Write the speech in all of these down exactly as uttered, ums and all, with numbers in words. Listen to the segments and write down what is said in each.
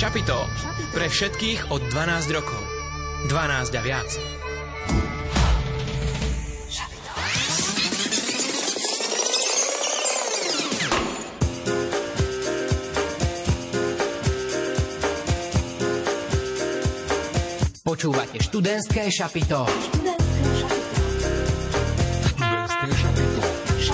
Šapito. Pre všetkých od dvanásť rokov. dvanásť a viac. Počúvate študentské Šapito. Študentské Šapito.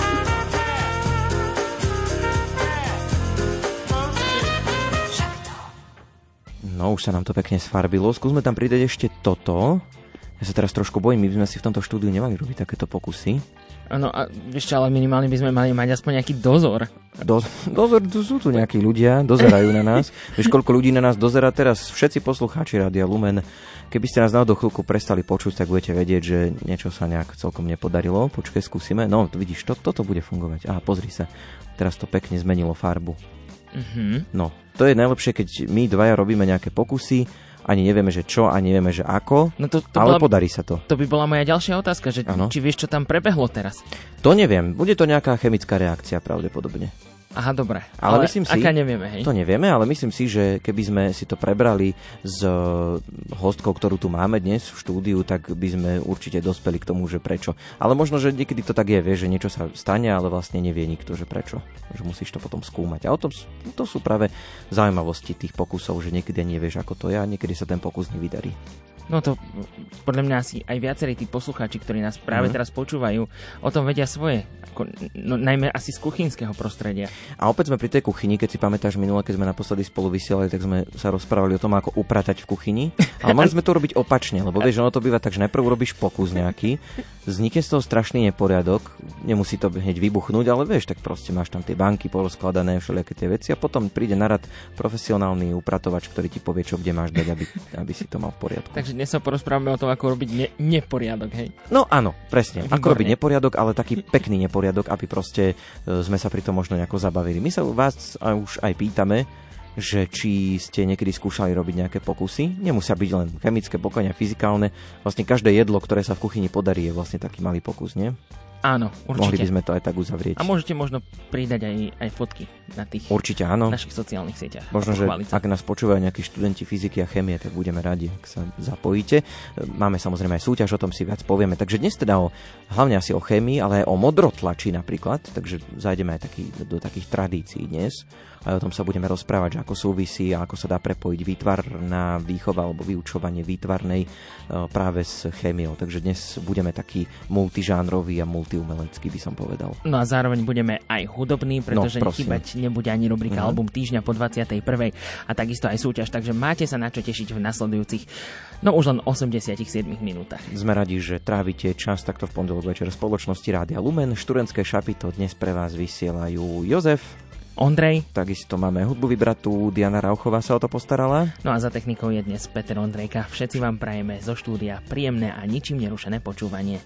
No, už sa nám to pekne sfarbilo. Skúsme tam pridať ešte toto. Ja sa teraz trošku bojím, my by sme si v tomto štúdiu nemali robiť takéto pokusy. Áno, a ešte ale minimálne by sme mali mať aspoň nejaký dozor. Do, dozor, sú tu nejakí ľudia, dozerajú na nás. Vieš, koľko ľudí na nás dozerá teraz? Všetci poslucháči Rádia Lumen. Keby ste nás náhodou chvíľku prestali počuť, tak budete vedieť, že niečo sa nejak celkom nepodarilo. Počkaj, skúsime. No, vidíš, to, toto bude fungovať. Aha, pozri sa. Teraz to pekne zmenilo farbu. Mhm. No, to je najlepšie, keď my dvaja robíme nejaké pokusy, ani nevieme, že čo, ani nevieme, že ako, no to, to ale bola, podarí sa to. To by bola moja ďalšia otázka, že ano? Či vieš, čo tam prebehlo teraz? To neviem, bude to nejaká chemická reakcia pravdepodobne. Aha, dobre. Ale, ale myslím si, aká nevieme, hej? To nevieme, ale myslím si, že keby sme si to prebrali s hostkou, ktorú tu máme dnes v štúdiu, tak by sme určite dospeli k tomu, že prečo. Ale možno, že niekedy to tak je, vieš, že niečo sa stane, ale vlastne nevie nikto, že prečo. Že musíš to potom skúmať. A o tom, to sú práve zaujímavosti tých pokusov, že niekedy nevieš, ako to je a niekedy sa ten pokus nevydarí. No to podľa mňa asi aj viacerí tí poslucháči, ktorí nás práve mm. teraz počúvajú, o tom vedia svoje, ako, no, najmä asi z kuchynského prostredia. A opäť sme pri tej kuchyni, keď si pamätáš minule, keď sme naposledy spolu vysielali, tak sme sa rozprávali o tom, ako upratať v kuchyni. Ale mali sme to robiť opačne, lebo vieš, ono to býva tak, že najprv robíš pokus nejaký, vznikne z toho strašný neporiadok, nemusí to hneď vybuchnúť, ale vieš, tak proste máš tam tie banky porozkladané, všelijaké tie veci a potom príde na rad profesionálny upratovač, ktorý ti povie, čo kde máš dať, aby, aby si to mal v poriadku. Takže dnes sa porozprávame o tom, ako robiť ne- neporiadok, hej? No áno, presne. Výborné. Ako robiť neporiadok, ale taký pekný neporiadok, aby proste e, sme sa pri tom možno nejako zabavili. My sa vás už aj pýtame, že či ste niekedy skúšali robiť nejaké pokusy. Nemusia byť len chemické, pokojne fyzikálne. Vlastne každé jedlo, ktoré sa v kuchyni podarí, je vlastne taký malý pokus, nie? Áno, určite. Mohli by sme to aj tak uzavrieť. A môžete možno pridať aj, aj fotky na tých určite, áno. našich sociálnych sieťach. Možno, že ak nás počúvajú nejakí študenti fyziky a chémie, tak budeme radi, ak sa zapojíte. Máme samozrejme aj súťaž, o tom si viac povieme. Takže dnes teda o, hlavne asi o chémii, ale aj o modrotlači napríklad. Takže zájdeme aj taký, do takých tradícií dnes. A o tom sa budeme rozprávať, že ako súvisí a ako sa dá prepojiť výtvarná výchova alebo vyučovanie výtvarnej práve s chémiou. Takže dnes budeme taký multižánrový a multiumelecký, by som povedal. No a zároveň budeme aj hudobní, pretože no, nechybať nebude ani rubrika mm-hmm. Album týždňa po dvadsiatej prvej a takisto aj súťaž, takže máte sa na čo tešiť v nasledujúcich, no už len osemdesiatsedem minútach. Sme radi, že trávite čas takto v pondelok večer v spoločnosti Rádia Lumen. Študentské Šapito dnes pre vás vysielajú Jozef, Ondrej. Takisto máme hudbu vybratú, Diana Rauchová sa o to postarala. No a za technikou je dnes Peter Ondrejka. Všetci vám prajeme zo štúdia príjemné a ničím nerušené počúvanie.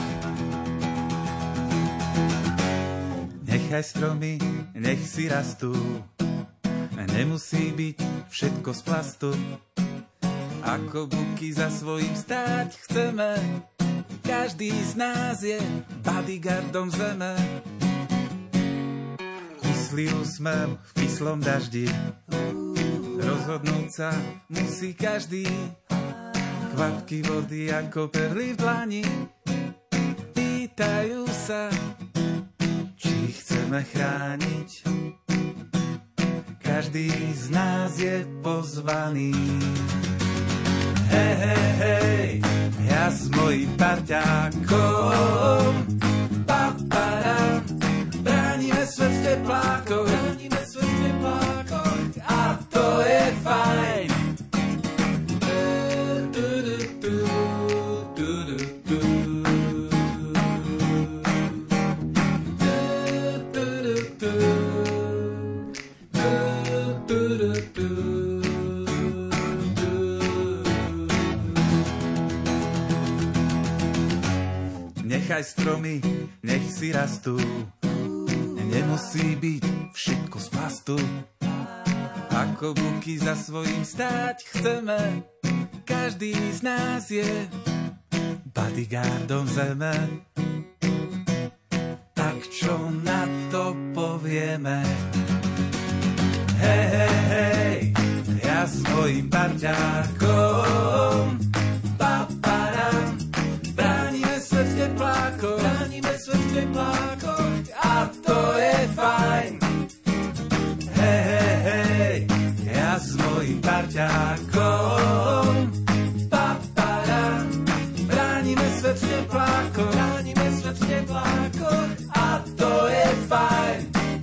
Nechaj stromy, nech si rastú, nemusí byť všetko z plastu. Ako buky za svojím stáť chceme, každý z nás je bodyguardom zeme. Kyslý úsmev v kyslom daždi, rozhodnúť sa musí každý. Kvapky vody ako perly v dlani pýtajú sa, či chceme chrániť. Každý z nás je pozvaný. Hej, hej, hej, ja s mojím parťákom, papara, bránime svet v teplákoch, bránime svet v teplákoch, a to je fajn. Nechaj stromy, nech si rastú, nemusí byť všetko z plastu. Ako buky za svojím stáť chceme, každý z nás je bodyguardom zeme. Tak čo na to povieme? Hej, hej, hej, ja s svojim parťákom. Pa-pa-ram. Bránime svet v teplákoch, bránime svet v teplákoch a to je fajn. Hej, hej, hej, ja s mojim parťákom. Pa-pa-ram. Bránime svet v teplákoch, bránime svet v teplákoch a to je fajn.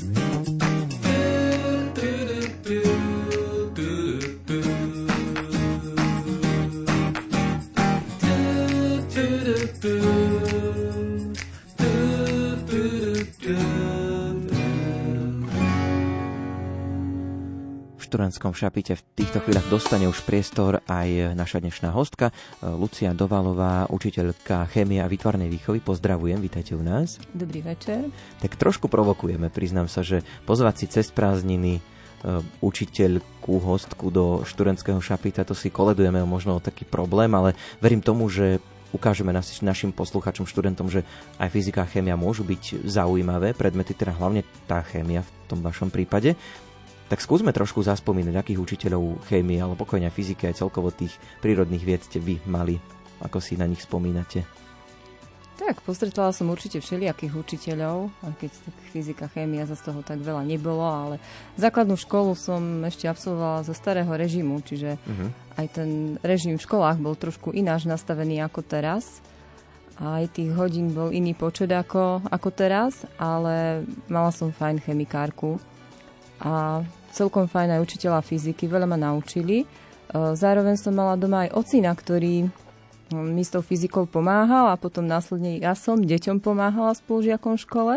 V Šturenskom šapite v týchto chvíľach dostane už priestor aj naša dnešná hostka Lucia Dovalová, učiteľka chémie a výtvarnej výchovy. Pozdravujem, vítajte u nás. Dobrý večer. Tak trošku provokujeme, priznám sa, že pozvať si cez prázdniny učiteľku, hostku do Šturenského šapita, to si koledujeme možno o taký problém, ale verím tomu, že ukážeme našim poslucháčom, študentom, že aj fyzika a chémia môžu byť zaujímavé predmety, teda hlavne tá chémia v tom vašom prípade. Tak skúsme trošku zaspomínať, akých učiteľov chémie, ale pokojne aj fyziky, aj celkovo tých prírodných vied ste vy mali. Ako si na nich spomínate? Tak, postretala som určite všelijakých učiteľov, aj keď tak fyzika, chémia za toho tak veľa nebolo, ale základnú školu som ešte absolvovala zo starého režimu, čiže uh-huh. aj ten režim v školách bol trošku ináč nastavený ako teraz. Aj tých hodín bol iný počet ako, ako teraz, ale mala som fajn chemikárku a celkom fajn aj učiteľa fyziky, veľa ma naučili. Zároveň som mala doma aj ocina, ktorý mi s tou fyzikou pomáhal a potom následne ja som deťom pomáhala spolužiakom v škole.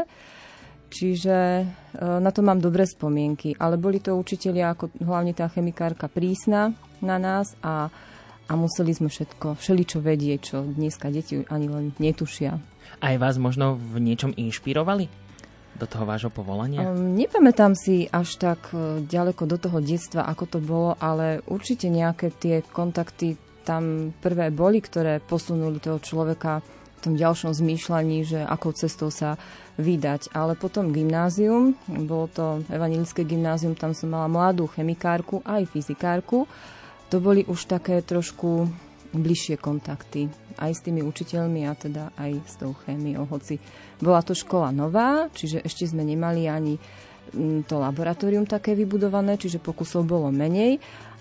Čiže na to mám dobré spomienky. Ale boli to učitelia, ako hlavne tá chemikárka, prísna na nás a, a museli sme všetko, všeličo vedieť, čo dneska deti ani len netušia. Aj vás možno v niečom inšpirovali? Do toho vášho povolania? Um, nepamätám si až tak uh, ďaleko do toho detstva, ako to bolo, ale určite nejaké tie kontakty tam prvé boli, ktoré posunuli toho človeka v tom ďalšom zmýšľaní, že akou cestou sa vydať. Ale potom gymnázium, bolo to evanjelické gymnázium, tam som mala mladú chemikárku aj fyzikárku. To boli už také trošku bližšie kontakty aj s tými učiteľmi a teda aj s tou chémiou, hoci bola to škola nová, čiže ešte sme nemali ani to laboratórium také vybudované, čiže pokusov bolo menej,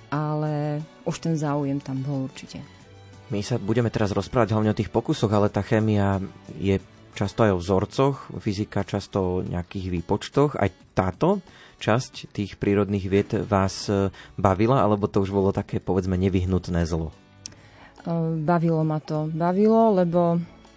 ale už ten záujem tam bol určite. My sa budeme teraz rozprávať hlavne o tých pokusoch, ale tá chémia je často aj o vzorcoch, fyzika často o nejakých výpočtoch. Aj táto časť tých prírodných vied vás bavila, alebo to už bolo také, povedzme, nevyhnutné zlo? Bavilo ma to. Bavilo, lebo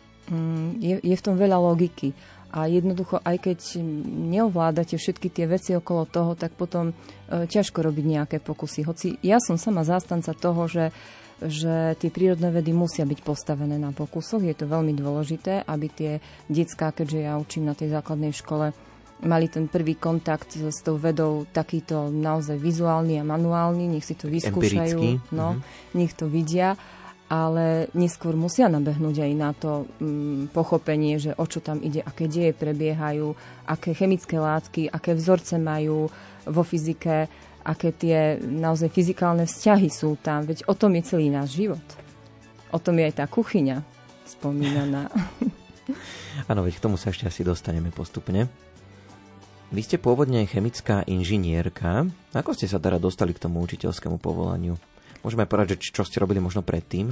je, je v tom veľa logiky. A jednoducho, aj keď neovládate všetky tie veci okolo toho, tak potom e, ťažko robiť nejaké pokusy. Hoci ja som sama zástanca toho, že, že tie prírodné vedy musia byť postavené na pokusoch. Je to veľmi dôležité, aby tie decká, keďže ja učím na tej základnej škole, mali ten prvý kontakt s tou vedou takýto naozaj vizuálny a manuálny. Nech si to vyskúšajú. Empirický. No, mm-hmm. Nech to vidia. Ale neskôr musia nabehnúť aj na to um, pochopenie, že o čo tam ide, aké deje prebiehajú, aké chemické látky, aké vzorce majú vo fyzike, aké tie naozaj fyzikálne vzťahy sú tam. Veď o tom je celý náš život. O tom je aj tá kuchyňa spomínaná. Áno, veď k tomu sa ešte asi dostaneme postupne. Vy ste pôvodne chemická inžinierka. Ako ste sa teda dostali k tomu učiteľskému povolaniu? Môžeme povedať, že čo ste robili možno predtým?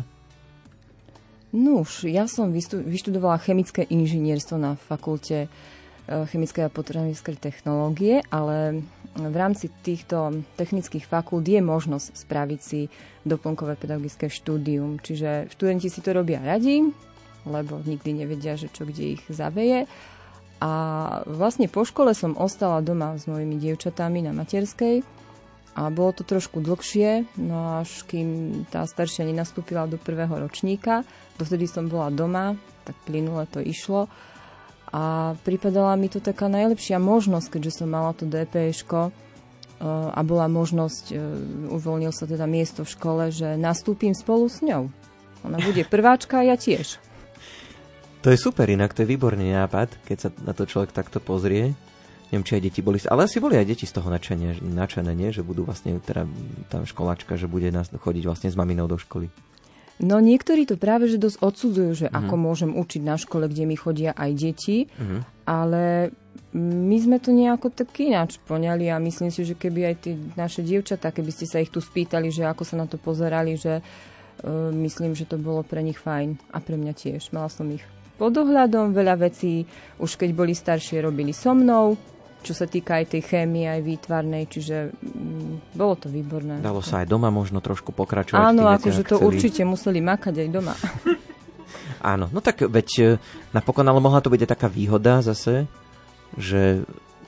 Nuž, ja som vyštudovala chemické inžinierstvo na fakulte chemickej a potravinárskej technológie, ale v rámci týchto technických fakult je možnosť spraviť si doplnkové pedagogické štúdium. Čiže študenti si to robia radi, lebo nikdy nevedia, že čo kde ich zaveje. A vlastne po škole som ostala doma s mojimi dievčatami na materskej. A bolo to trošku dlhšie, no až kým tá staršia nenastúpila do prvého ročníka. Dovtedy som bola doma, tak plynule to išlo. A pripadala mi to taká najlepšia možnosť, keďže som mala to DPŠko a bola možnosť, uvoľnil sa teda miesto v škole, že nastúpim spolu s ňou. Ona bude prváčka a ja tiež. To je super, inak to je výborný nápad, keď sa na to človek takto pozrie, Neviem, či aj deti boli, ale asi boli aj deti z toho nadšené, nadšené, nie? Že budú vlastne teda tá školáčka, že bude nás chodiť vlastne s maminou do školy. No niektorí to práve že dosť odsudzujú, že Mhm. ako môžem učiť na škole, kde mi chodia aj deti, Mhm. ale my sme to nejako tak ináč poňali a myslím si, že keby aj tie naše dievčatá, keby ste sa ich tu spýtali, že ako sa na to pozerali, že uh, myslím, že to bolo pre nich fajn a pre mňa tiež. Mala som ich pod ohľadom, veľa vecí už keď boli staršie robili so mnou, čo sa týka aj tej chémie, aj výtvarnej, čiže mm, bolo to výborné. Dalo sa aj doma možno trošku pokračovať. Áno, tí akože veci, to chceli. určite museli makať aj doma. Áno, no tak veď napokon, ale mohla to byť aj taká výhoda zase, že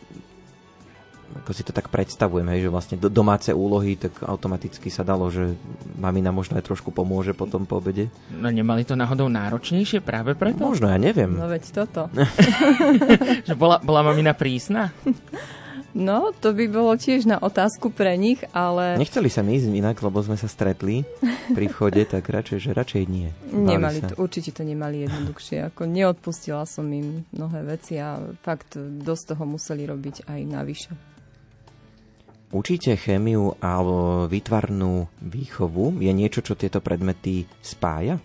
ako si to tak predstavujem, hej, že vlastne do, domáce úlohy, tak automaticky sa dalo, že mamina možno aj trošku pomôže potom po obede. No nemali to náhodou náročnejšie práve preto? Možno, ja neviem. No veď toto. Že bola, bola mamina prísna? No, to by bolo tiež na otázku pre nich, ale Nechceli sa mi ísť inak, lebo sme sa stretli pri vchode, tak radšej, že radšej nie. Báli nemali sa. to, určite to nemali jednoduchšie. Ako neodpustila som im mnohé veci a fakt dosť toho museli robiť aj navyše. Učíte chémiu alebo výtvarnú výchovu? Je niečo, čo tieto predmety spája?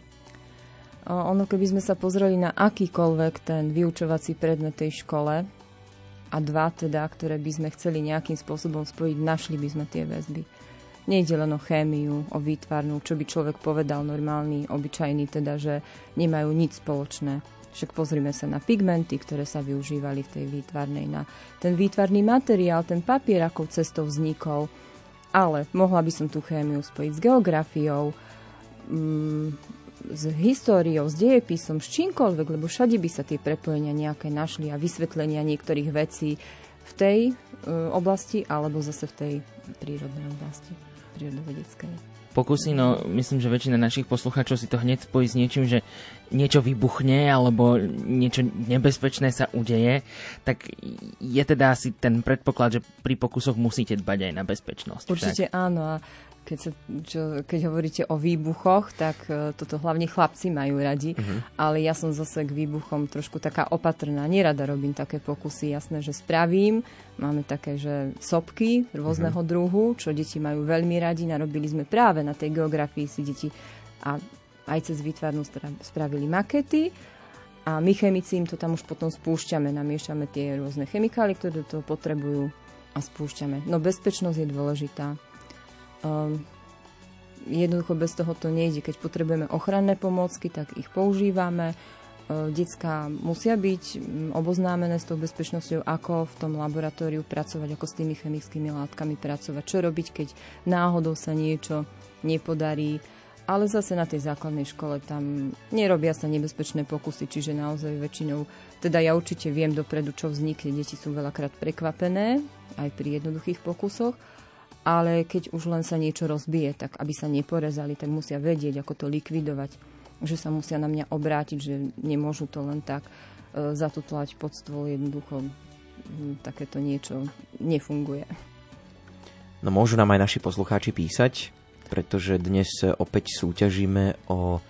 O, ono, keby sme sa pozreli na akýkoľvek ten vyučovací predmet tej škole a dva teda, ktoré by sme chceli nejakým spôsobom spojiť, našli by sme tie väzby. Nejde len o chémiu, o výtvarnú, čo by človek povedal normálny, obyčajný, teda, že nemajú nič spoločné. Však pozrime sa na pigmenty, ktoré sa využívali v tej výtvarnej, na ten výtvarný materiál, ten papier, akou cestou vznikol. Ale mohla by som tú chémiu spojiť s geografiou, mm, s históriou, s dejepisom, s čímkoľvek, lebo všade by sa tie prepojenia nejaké našli a vysvetlenia niektorých vecí v tej e, oblasti alebo zase v tej prírodnej oblasti, prírodovedeckej. Pokusy, no myslím, že väčšina našich poslucháčov si to hneď spojí s niečím, že niečo vybuchne alebo niečo nebezpečné sa udeje, tak je teda asi ten predpoklad, že pri pokusoch musíte dbať aj na bezpečnosť. Určite však? áno a keď, sa, čo, keď hovoríte o výbuchoch, tak uh, toto hlavne chlapci majú radi, uh-huh. ale ja som zase k výbuchom trošku taká opatrná. Nerada robím také pokusy, jasné, že spravím. Máme také, že sopky rôzneho uh-huh. druhu, čo deti majú veľmi radi. Narobili sme práve na tej geografii si deti a aj cez výtvarnú spravili makety. A my chemici im to tam už potom spúšťame, namiešame tie rôzne chemikálie, ktoré do toho potrebujú a spúšťame. No bezpečnosť je dôležitá. Um, jednoducho bez toho to nejde. Keď potrebujeme ochranné pomôcky, tak ich používame. Uh, Decká musia byť um, oboznámené s tou bezpečnosťou, ako v tom laboratóriu pracovať, ako s tými chemickými látkami pracovať, čo robiť, keď náhodou sa niečo nepodarí. Ale zase na tej základnej škole tam nerobia sa nebezpečné pokusy, čiže naozaj väčšinou, teda ja určite viem dopredu, čo vznikne. Deti sú veľakrát prekvapené, aj pri jednoduchých pokusoch. Ale keď už len sa niečo rozbije, tak aby sa neporezali, tak musia vedieť, ako to likvidovať. Že sa musia na mňa obrátiť, že nemôžu to len tak e, zatutlať pod stôl. Jednoducho m, takéto niečo nefunguje. No môžu nám aj naši poslucháči písať, pretože dnes opäť súťažíme o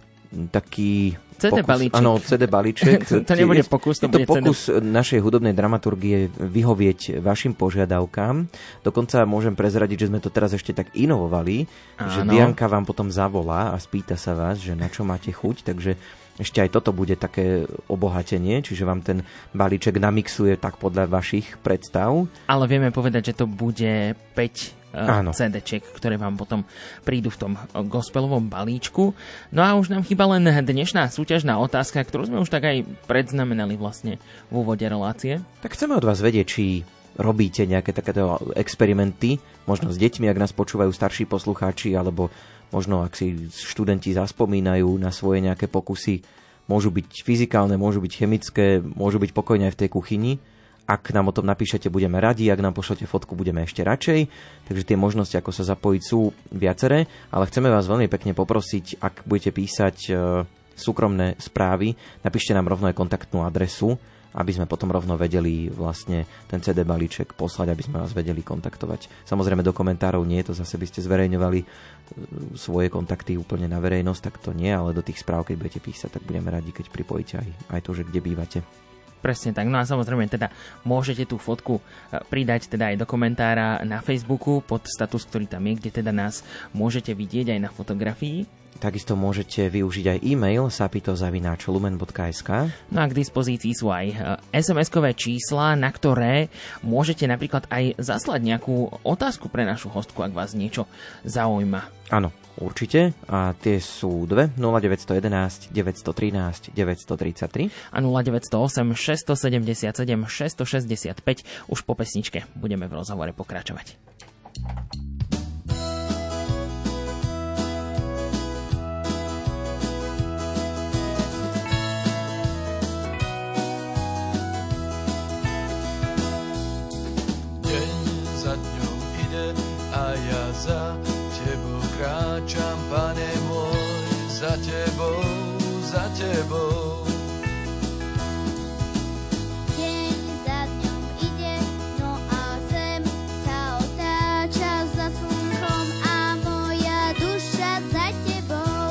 taký cé dé pokus, balíček. Áno, cé dé balíček. To nebude pokus, to, to bude pokus cé dé. našej hudobnej dramaturgie vyhovieť vašim požiadavkám. Dokonca môžem prezradiť, že sme to teraz ešte tak inovovali, áno. Že Dianka vám potom zavolá a spýta sa vás, že na čo máte chuť, takže ešte aj toto bude také obohatenie, čiže vám ten balíček namixuje tak podľa vašich predstav. Ale vieme povedať, že to bude päť Áno. cé déček, ktoré vám potom prídu v tom gospelovom balíčku. No a už nám chýba len dnešná súťažná otázka, ktorú sme už tak aj predznamenali vlastne v úvode relácie. Tak chceme od vás vedieť, či robíte nejaké takéto experimenty, možno s deťmi, ak nás počúvajú starší poslucháči, alebo možno ak si študenti zaspomínajú na svoje nejaké pokusy. Môžu byť fyzikálne, môžu byť chemické, môžu byť pokojne aj v tej kuchyni. Ak nám o tom napíšete, budeme radi, ak nám pošlete fotku, budeme ešte radšej. Takže tie možnosti, ako sa zapojiť, sú viaceré, ale chceme vás veľmi pekne poprosiť, ak budete písať e, súkromné správy, napíšte nám rovno aj kontaktnú adresu, aby sme potom rovno vedeli vlastne ten cé dé balíček poslať, aby sme vás vedeli kontaktovať. Samozrejme do komentárov nie, to zase by ste zverejňovali svoje kontakty úplne na verejnosť, tak to nie, ale do tých správ, keď budete písať, tak budeme radi, keď pripojíte aj, aj to, že kde bývate. Presne tak. No a samozrejme teda môžete tú fotku pridať teda aj do komentára na Facebooku pod status, ktorý tam je, kde teda nás môžete vidieť aj na fotografii. Takisto môžete využiť aj e-mail sapito zavináč lumen bodka es ká. No a k dispozícii sú aj es em eskové čísla, na ktoré môžete napríklad aj zaslať nejakú otázku pre našu hostku, ak vás niečo zaujíma. Áno, určite. A tie sú dve, nula deväť jedna jedna, deväť jedna tri, deväť tri tri a nula deväť nula osem, šesť sedem sedem, šesť šesť päť. Už po pesničke budeme v rozhovore pokračovať. A ja za tebou kráčam, Pane môj, za tebou, za tebou. Deň za dňom ide, no a zem sa otáča za slnkom a moja duša za tebou.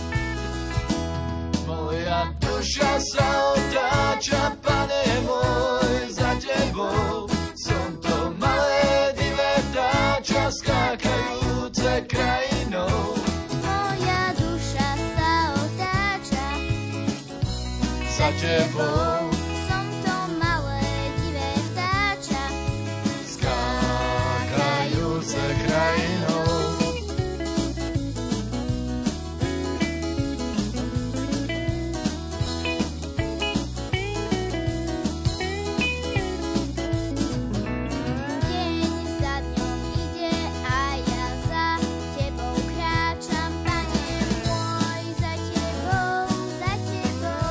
Moja duša sa otáča, Pane môj, za tebou. Som to malé divé vtáča, skákajúce krajinou. Moja duša sa otáča Za tebou, som to malé divé vtáča, skákajúce krajinou. deň za dňom ide a ja za tebou kráčam, Pane môj, za tebou, za tebou.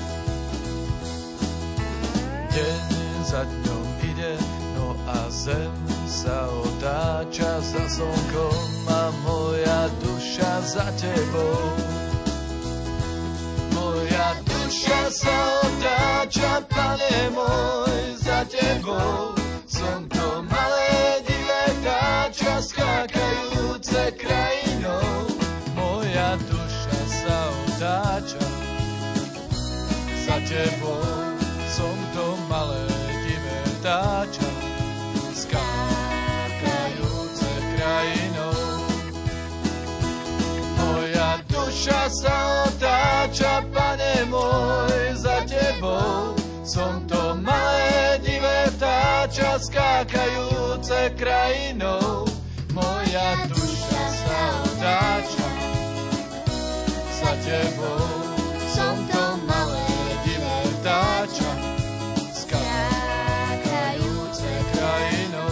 Deň za dňom ide, no a zem sa otáča za slnkom a moja duša za tebou. Moja duša sa otáča, Pane môj, za tebou. Som to malé divé vtáča, skákajúce krajinou. Moja duša sa otáča za tebou. Som to malé divé vtáča, skákajúce krajinou. Moja duša sa otáča, Pane môj, za tebou. Som to malé divé vtáča, skákajúce krajinou. Moja duša sa otáča za tebou. Som to malé divé vtáča, skákajúce krajinou.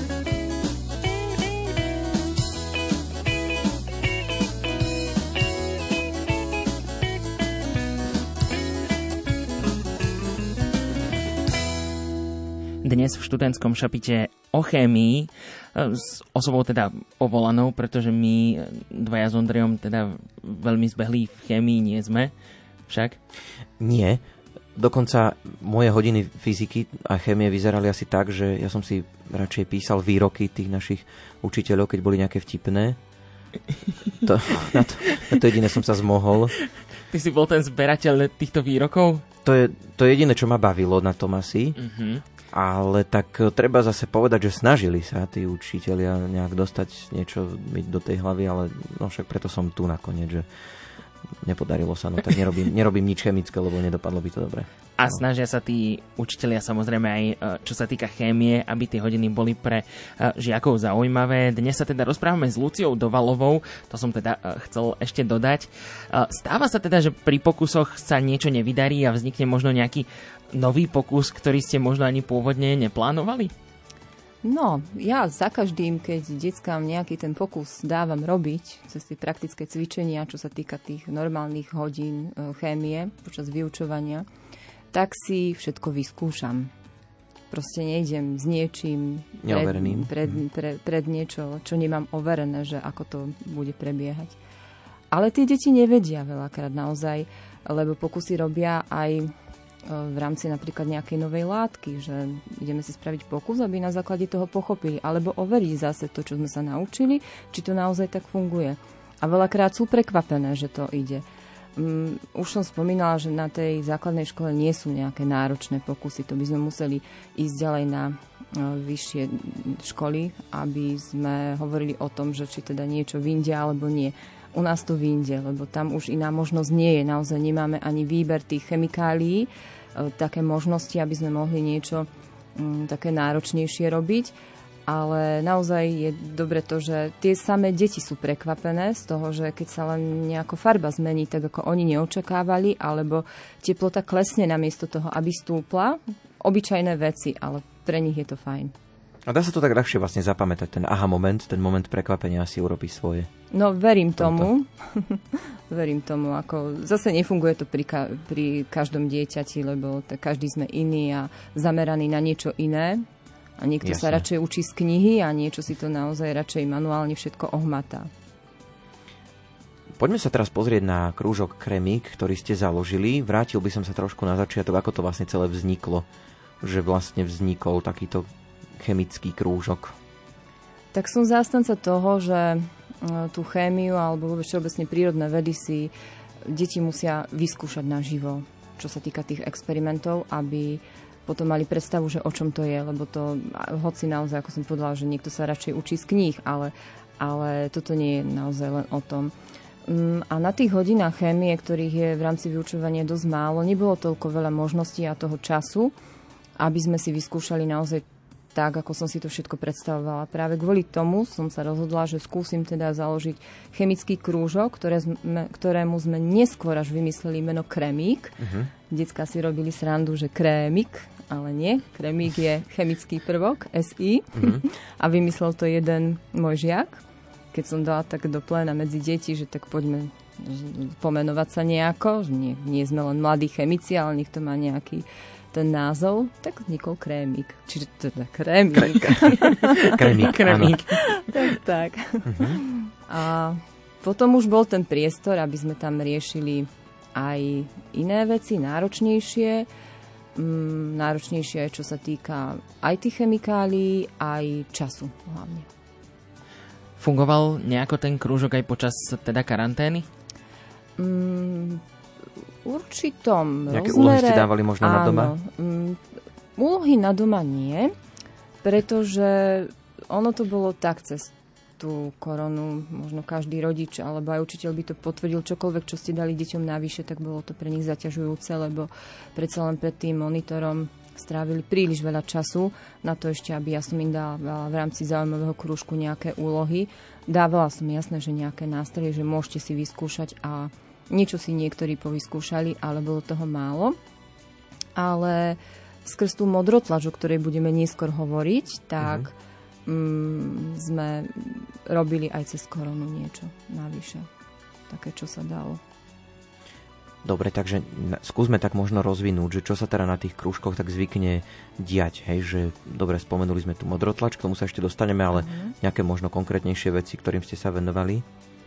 Dnes v študentskom šapite o chémii s osobou teda povolanou, pretože my dvaja s Ondrejom teda veľmi zbehlí v chémii nie sme, však? Nie. Dokonca moje hodiny fyziky a chémie vyzerali asi tak, že ja som si radšej písal výroky tých našich učiteľov, keď boli nejaké vtipné. To, na, to, na to jediné som sa zmohol. Ty si bol ten zberateľ týchto výrokov? To je to jediné, čo ma bavilo na tom asi. Mhm. Ale tak treba zase povedať, že snažili sa tí učitelia nejak dostať niečo do tej hlavy, ale no však preto som tu nakoniec, že nepodarilo sa, no tak nerobím, nerobím nič chemické, lebo nedopadlo by to dobre. A snažia sa tí učitelia samozrejme aj, čo sa týka chémie, aby tie hodiny boli pre žiakov zaujímavé. Dnes sa teda rozprávame s Luciou Dovalovou, to som teda chcel ešte dodať. Stáva sa teda, že pri pokusoch sa niečo nevydarí a vznikne možno nejaký nový pokus, ktorý ste možno ani pôvodne neplánovali? No, ja za každým, keď deckám nejaký ten pokus dávam robiť, cez tie praktické cvičenia, čo sa týka tých normálnych hodín chémie počas vyučovania, tak si všetko vyskúšam. Proste nejdem s niečím pred, pred, pred, pred niečo, čo nemám overené, že ako to bude prebiehať. Ale tie deti nevedia veľakrát naozaj, lebo pokusy robia aj v rámci napríklad nejakej novej látky, že ideme si spraviť pokus, aby na základe toho pochopili, alebo overiť zase to, čo sme sa naučili, či to naozaj tak funguje. A veľakrát sú prekvapené, že to ide. Um, už som spomínala, že na tej základnej škole nie sú nejaké náročné pokusy. To by sme museli ísť ďalej na uh, vyššie školy, aby sme hovorili o tom, že či teda niečo vyjde alebo nie. U nás to vyjde, lebo tam už iná možnosť nie je. Naozaj nemáme ani výber tých chemikálií, uh, také možnosti, aby sme mohli niečo um, také náročnejšie robiť. Ale naozaj je dobre to, že tie samé deti sú prekvapené z toho, že keď sa len nejako farba zmení, tak ako oni neočakávali, alebo teplota klesne namiesto toho, aby stúpla. Obyčajné veci, ale pre nich je to fajn. A dá sa to tak ľahšie vlastne zapamätať, ten aha moment, ten moment prekvapenia si urobí svoje. No verím tomu. verím tomu. Ako, zase nefunguje to pri, ka- pri každom dieťati, lebo tak každý sme iný a zameraný na niečo iné. A niekto Jasne. sa radšej učí z knihy a niečo si to naozaj radšej manuálne všetko ohmatá. Poďme sa teraz pozrieť na krúžok Kremík, ktorý ste založili. Vrátil by som sa trošku na začiatok, ako to vlastne celé vzniklo. Že vlastne vznikol takýto chemický krúžok. Tak som zástanca toho, že tú chémiu alebo vôbec všeobecne prírodné vedy si deti musia vyskúšať naživo, čo sa týka tých experimentov, aby potom mali predstavu, že o čom to je, lebo to, hoci naozaj, ako som povedala, že niekto sa radšej učí z kníh, ale, ale toto nie je naozaj len o tom. A na tých hodinách chémie, ktorých je v rámci vyučovania dosť málo, nebolo toľko veľa možností a toho času, aby sme si vyskúšali naozaj tak, ako som si to všetko predstavovala. Práve kvôli tomu som sa rozhodla, že skúsim teda založiť chemický krúžok, ktoré sme, ktorému sme neskôr až vymysleli meno Kremík. Uh-huh. Decká si robili srandu, že Krémik, ale nie. Kremík je chemický prvok, es í. Uh-huh. A vymyslel to jeden môj žiak. Keď som dala tak do pléna medzi deti, že tak poďme pomenovať sa nejako. Že nie, nie sme len mladí chemici, ale nech to má nejaký ten názov, tak vznikol Krémik. Čiže teda Krémik. Krémik, Krémik. tak, tak. Uh-huh. A potom už bol ten priestor, aby sme tam riešili aj iné veci, náročnejšie. Mm, náročnejšie aj čo sa týka aj tých chemikálií, aj času hlavne. Fungoval nejako ten krúžok aj počas teda karantény? Mm, určitom Nejaké rozmere. úlohy ste dávali možno áno, na doma? Um, úlohy na doma nie, pretože ono to bolo tak cez tú koronu, možno každý rodič alebo aj učiteľ by to potvrdil, čokoľvek, čo ste dali deťom navyše, tak bolo to pre nich zaťažujúce, lebo predsa len pred tým monitorom strávili príliš veľa času na to ešte, aby ja som im dávala v rámci zaujímavého krúžku nejaké úlohy. Dávala som jasné, že nejaké nástroje, že môžete si vyskúšať a niečo si niektorí povyskúšali, ale bolo toho málo. Ale skrz tú modrotlač, o ktorej budeme neskôr hovoriť, tak mm-hmm. mm, sme robili aj cez koronu niečo navyše. Také, čo sa dalo. Dobre, takže skúsme tak možno rozvinúť, že čo sa teda na tých krúžkoch tak zvykne diať, hej, že dobre, spomenuli sme tú modrotlač, k tomu sa ešte dostaneme, ale uh-huh. nejaké možno konkrétnejšie veci, ktorým ste sa venovali?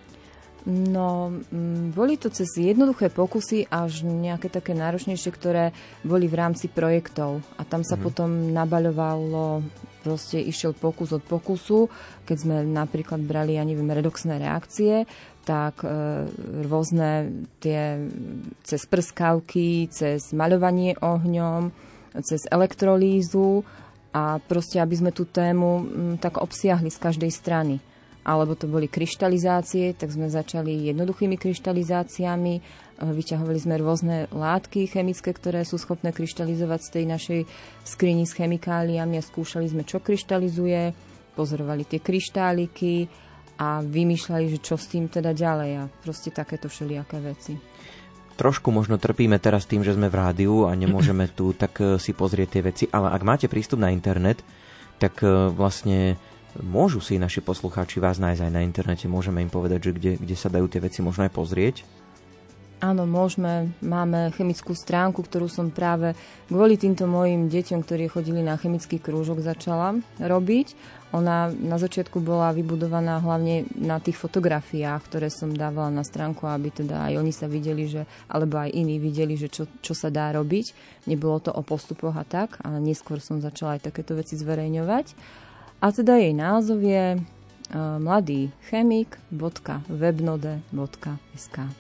No, m, boli to cez jednoduché pokusy až nejaké také náročnejšie, ktoré boli v rámci projektov a tam sa uh-huh. potom nabaľovalo, proste išiel pokus od pokusu, keď sme napríklad brali, ja neviem, redoxné reakcie, tak e, rôzne tie cez prskavky, cez maľovanie ohňom, cez elektrolízu a proste, aby sme tú tému m, tak obsiahli z každej strany. Alebo to boli kryštalizácie, tak sme začali jednoduchými kryštalizáciami, e, vyťahovali sme rôzne látky chemické, ktoré sú schopné kryštalizovať z tej našej skrini s chemikáliami a skúšali sme, čo kryštalizuje, pozorovali tie kryštáliky a vymýšľali, že čo s tým teda ďalej a proste takéto všelijaké veci. Trošku možno trpíme teraz tým, že sme v rádiu a nemôžeme tu tak si pozrieť tie veci, ale ak máte prístup na internet, tak vlastne môžu si naši poslucháči vás nájsť aj na internete, môžeme im povedať, že kde, kde sa dajú tie veci možno aj pozrieť? Áno, môžeme. Máme chemickú stránku, ktorú som práve kvôli týmto mojim deťom, ktorí chodili na chemický krúžok, začala robiť. Ona na začiatku bola vybudovaná hlavne na tých fotografiách, ktoré som dávala na stránku, aby teda aj oni sa videli, že, alebo aj iní videli, že čo, čo sa dá robiť. Nebolo to o postupoch a tak, ale neskôr som začala aj takéto veci zverejňovať. A teda jej názov je uh, mladý chemik bodka webnode bodka es ká.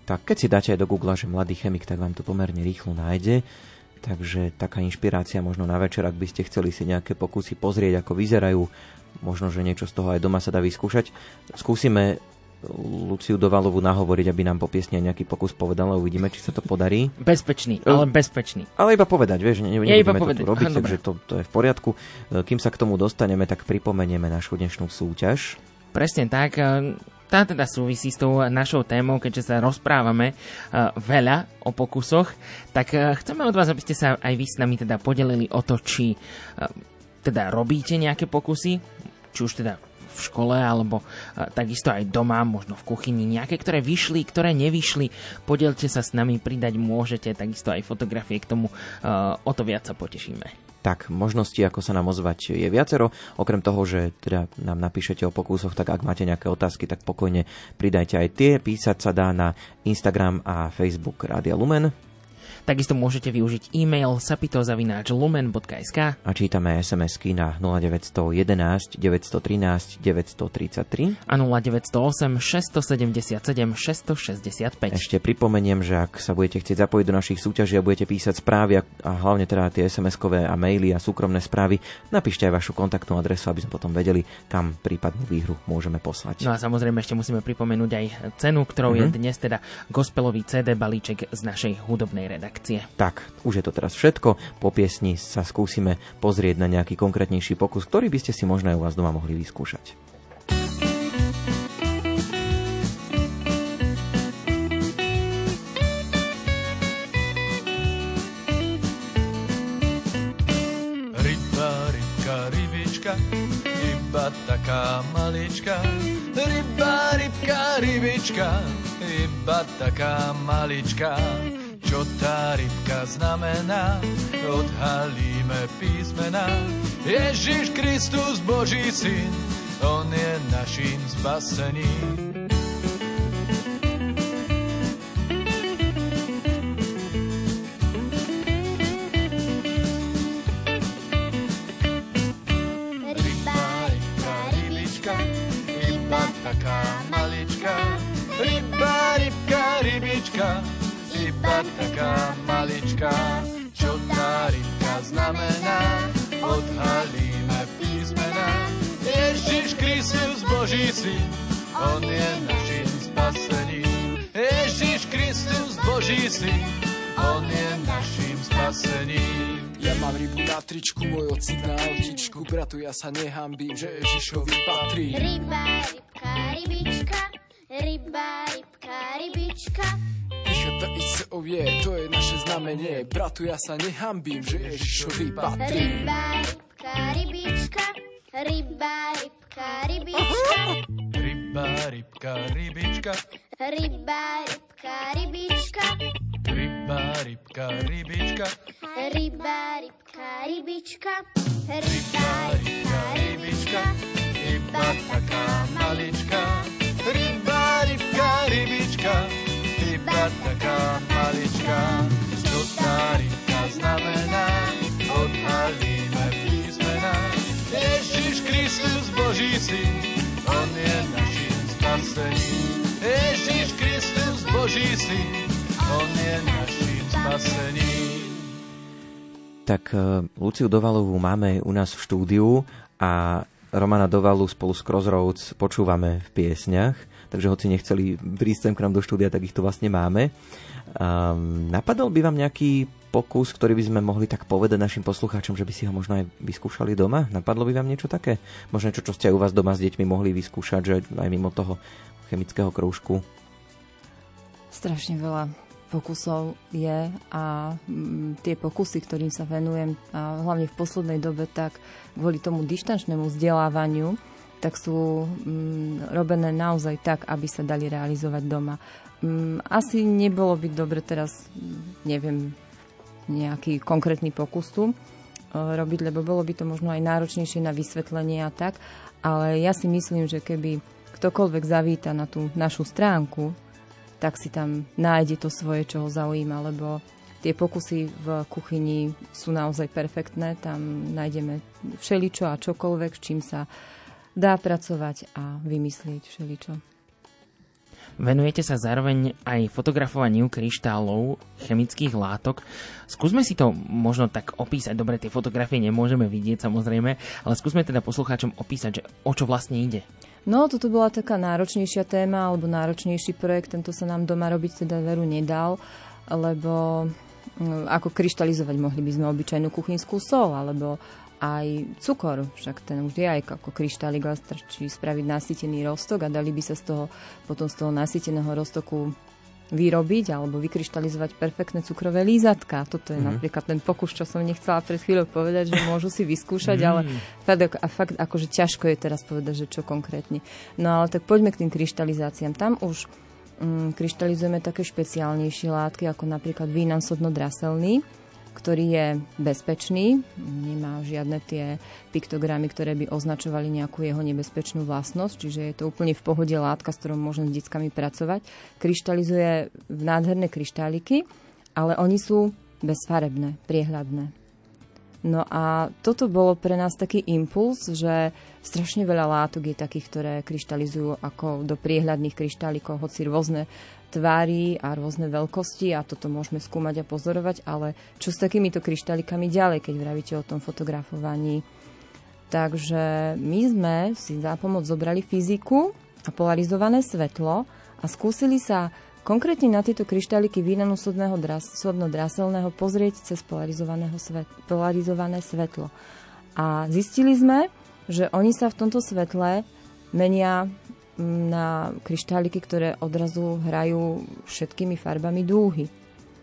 tak keď si dáte aj do Google, že mladý chemik, tak vám to pomerne rýchlo nájde. Takže taká inšpirácia možno na večer, ak by ste chceli si nejaké pokusy pozrieť, ako vyzerajú. Možno, že niečo z toho aj doma sa dá vyskúšať. Skúsime Luciu Dovalovú nahovoriť, aby nám po piesni aj nejaký pokus povedala. Uvidíme, či sa to podarí. Bezpečný, ale bezpečný. Ale iba povedať, vieš, ne, nebudeme iba to povedať. tu robiť, Aha, takže to, to je v poriadku. Kým sa k tomu dostaneme, tak pripomenieme našu dnešnú súťaž. Presne tak. Tá teda súvisí s tou našou témou, keďže sa rozprávame uh, veľa o pokusoch, tak uh, chceme od vás, aby ste sa aj vy s nami teda podelili o to, či uh, teda robíte nejaké pokusy, či už teda v škole, alebo uh, takisto aj doma, možno v kuchyni, nejaké, ktoré vyšli, ktoré nevyšli. Podielte sa s nami, pridať môžete, takisto aj fotografie k tomu, uh, o to viac sa potešíme. Tak, možností, ako sa nám ozvať, je viacero. Okrem toho, že teda nám napíšete o pokusoch, tak ak máte nejaké otázky, tak pokojne pridajte aj tie. Písať sa dá na Instagram a Facebook Rádia Lumen. Takisto môžete využiť e-mail sapito zavináč lumen bodka es ká. A čítame es em esky na nula deväť jedna jedna, deväť jedna tri, deväť tri tri. A nula deväť nula osem, šesť sedem sedem, šesť šesť päť. Ešte pripomeniem, že ak sa budete chcieť zapojiť do našich súťaží a budete písať správy a, a hlavne teda tie es em eskové a maily a súkromné správy, napíšte aj vašu kontaktnú adresu, aby sme potom vedeli, kam prípadnú výhru môžeme poslať. No a samozrejme ešte musíme pripomenúť aj cenu, ktorou mm-hmm. je dnes teda gospelový cé dé balíček z našej hudobnej redakcie. Tak, už je to teraz všetko. Po piesni sa skúsime pozrieť na nejaký konkrétnejší pokus, ktorý by ste si možno aj u vás doma mohli vyskúšať. Ryba, rybka, rybička, iba taká malička. Ryba, rybka, rybička, iba taká malička. Čo tá rybka znamená, odhalíme písmená. Ježiš Kristus, Boží syn, on je naším spasením. Ryba, rybka, rybička, iba taká malička. Ryba, rybka, rybička, iba taká malička. Čo tá rybka znamená, odhalíme písmená. Ježiš Kristus, Boží syn, on je našim spasením. Ježiš Kristus, Boží syn, on je našim spasením. Ja mám rybu na tričku, môj ocik na autičku, bratu, ja sa nehambím, že Ježišovi patrí. Ryba, rybka, rybička, ryba, rybka, rybička. T I C O je, to je naše znamenie. Bratu, ja sa nehambím, že Ježišovi patrí. Ryba, rybka, rybička, ryba, rybka, rybička. Ryba, rybka, rybička. Ryba, rybka, rybička. Ryba, rybka, rybička. Ryba, rybka, rybička. Ryba, rybka, rybička. Iba taká malička. Ryba, rybka, rybička. Iba taká malička. Čo tá rybka znamená, odhalíme písmená. Ježiš Kristus, Boží syn, on je našim spasením. Ježiš Kristus, Boží syn, on je našim spasením. Tak Luciu Dovalovú máme u nás v štúdiu a Romana Dovalu spolu s Crossroads počúvame v piesňach, takže hoci nechceli prísť sem k nám do štúdia, tak ich tu vlastne máme. Um, napadol by vám nejaký pokus, ktorý by sme mohli tak povedať našim poslucháčom, že by si ho možno aj vyskúšali doma? Napadlo by vám niečo také? Možno niečo, čo ste aj u vás doma s deťmi mohli vyskúšať, že aj mimo toho chemického krúžku? Strašne veľa pokusov je a m, tie pokusy, ktorým sa venujem, a hlavne v poslednej dobe, tak kvôli tomu dištančnému vzdelávaniu, tak sú m, robené naozaj tak, aby sa dali realizovať doma. M, asi nebolo by dobre teraz, neviem, nejaký konkrétny pokus tu e, robiť, lebo bolo by to možno aj náročnejšie na vysvetlenie a tak, ale ja si myslím, že keby ktokoľvek zavíta na tú našu stránku, tak si tam nájde to svoje, čo ho zaujíma, lebo tie pokusy v kuchyni sú naozaj perfektné, tam nájdeme všeličo a čokoľvek, s čím sa dá pracovať a vymyslieť všeličo. Venujete sa zároveň aj fotografovaniu kryštálov, chemických látok. Skúsme si to možno tak opísať. Dobre, tie fotografie nemôžeme vidieť samozrejme, ale skúsme teda poslucháčom opísať, že o čo vlastne ide. No, toto bola taká náročnejšia téma alebo náročnejší projekt. Tento sa nám doma robiť teda veru nedal, lebo ako kryštalizovať mohli by sme obyčajnú kuchynskú soľ alebo aj cukor, však ten už je aj ako kryštálik, ale stačí spraviť nasýtený roztok a dali by sa z toho, potom z toho nasýteného roztoku vyrobiť alebo vykryštalizovať perfektné cukrové lízatka. Toto je mm. napríklad ten pokus, čo som nechcela pred chvíľou povedať, že môžu si vyskúšať, mm. ale fakt, a fakt akože ťažko je teraz povedať, že čo konkrétne. No ale tak poďme k tým kryštalizáciám. Tam už mm, kryštalizujeme také špeciálnejšie látky, ako napríklad vínan sodno-draselný, ktorý je bezpečný, nemá žiadne tie piktogramy, ktoré by označovali nejakú jeho nebezpečnú vlastnosť, čiže je to úplne v pohode látka, s ktorou môžem s deckami pracovať. Kryštalizuje v nádherné kryštáliky, ale oni sú bezfarebné, priehľadné. No a toto bolo pre nás taký impuls, že strašne veľa látok je takých, ktoré kryštalizujú ako do priehľadných kryštálikov, hoci rôzne tvári a rôzne veľkosti a toto môžeme skúmať a pozorovať, ale čo s takýmito kryštálikami ďalej, keď vravíte o tom fotografovaní. Takže my sme si za pomoc zobrali fyziku a polarizované svetlo a skúsili sa konkrétne na tieto kryštáliky vínanu sodno-draselného pozrieť cez svet, polarizované svetlo. A zistili sme, že oni sa v tomto svetle menia na kryštáliky, ktoré odrazu hrajú všetkými farbami dúhy.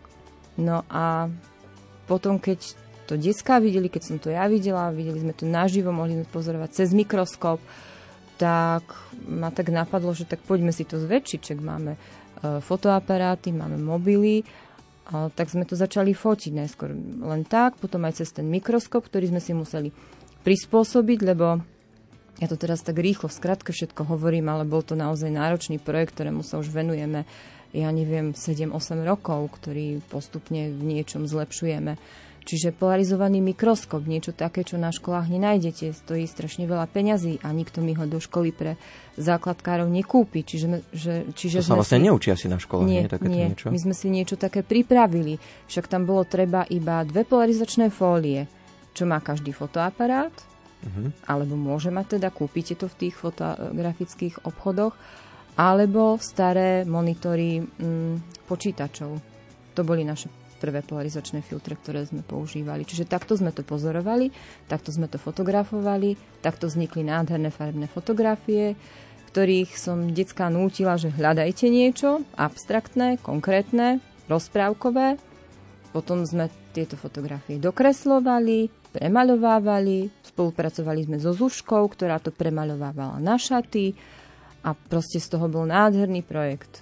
No a potom, keď to decká videli, keď som to ja videla, videli sme to naživo, mohli sme pozorovať cez mikroskop, tak ma tak napadlo, že tak poďme si to zväčšiť, čak máme e, fotoaparáty, máme mobily, a tak sme to začali fotiť najskôr len tak, potom aj cez ten mikroskop, ktorý sme si museli prispôsobiť, lebo ja to teraz tak rýchlo, v skratke všetko hovorím, ale bol to naozaj náročný projekt, ktorému sa už venujeme, ja neviem, sedem osem rokov, ktorý postupne v niečom zlepšujeme. Čiže polarizovaný mikroskop, niečo také, čo na školách nenájdete, stojí strašne veľa peňazí a nikto mi ho do školy pre základkárov nekúpi. Čiže, že, čiže to sa vlastne si... neučí asi na školách, nie, nie takéto nie. niečo? My sme si niečo také pripravili. Však tam bolo treba iba dve polarizačné fólie, čo má každý fotoaparát, uh-huh. alebo môže mať teda, kúpite to v tých fotografických obchodoch, alebo staré monitory m, počítačov. To boli naše prvé polarizačné filtre, ktoré sme používali. Čiže takto sme to pozorovali, takto sme to fotografovali, takto vznikli nádherné farebné fotografie, ktorých som decká nútila, že hľadajte niečo abstraktné, konkrétne, rozprávkové. Potom sme tieto fotografie dokreslovali, premaľovávali, spolupracovali sme so Zuškou, ktorá to premaľovávala na šaty a proste z toho bol nádherný projekt.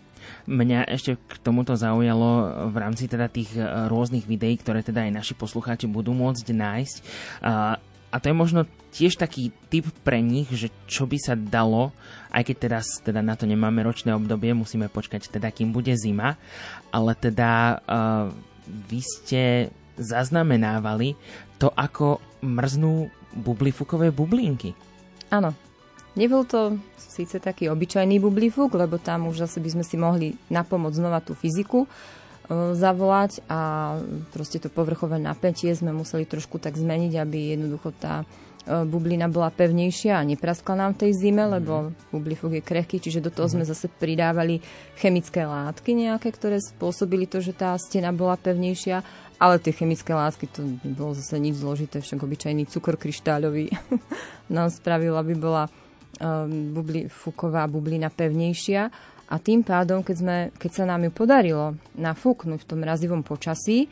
Mňa ešte k tomuto zaujalo v rámci teda tých rôznych videí, ktoré teda aj naši poslucháči budú môcť nájsť. A to je možno tiež taký tip pre nich, že čo by sa dalo, aj keď teraz teda na to nemáme ročné obdobie, musíme počkať teda, kým bude zima, ale teda uh, vy ste zaznamenávali to, ako mrznú bublifukové bublinky. Áno. Nebol to síce taký obyčajný bublifuk, lebo tam už zase by sme si mohli napomôcť znova tú fyziku e, zavolať a proste to povrchové napätie sme museli trošku tak zmeniť, aby jednoducho tá e, bublina bola pevnejšia a nepraskla nám v tej zime, lebo bublifuk je krehký, čiže do toho sme zase pridávali chemické látky nejaké, ktoré spôsobili to, že tá stena bola pevnejšia, ale tie chemické látky, to nebolo zase nič zložité, však obyčajný cukor kryštáľový nám spravil, aby bola Bubli, fuková bublina pevnejšia a tým pádom, keď, sme, keď sa nám ju podarilo nafúknuť v tom mrazivom počasí,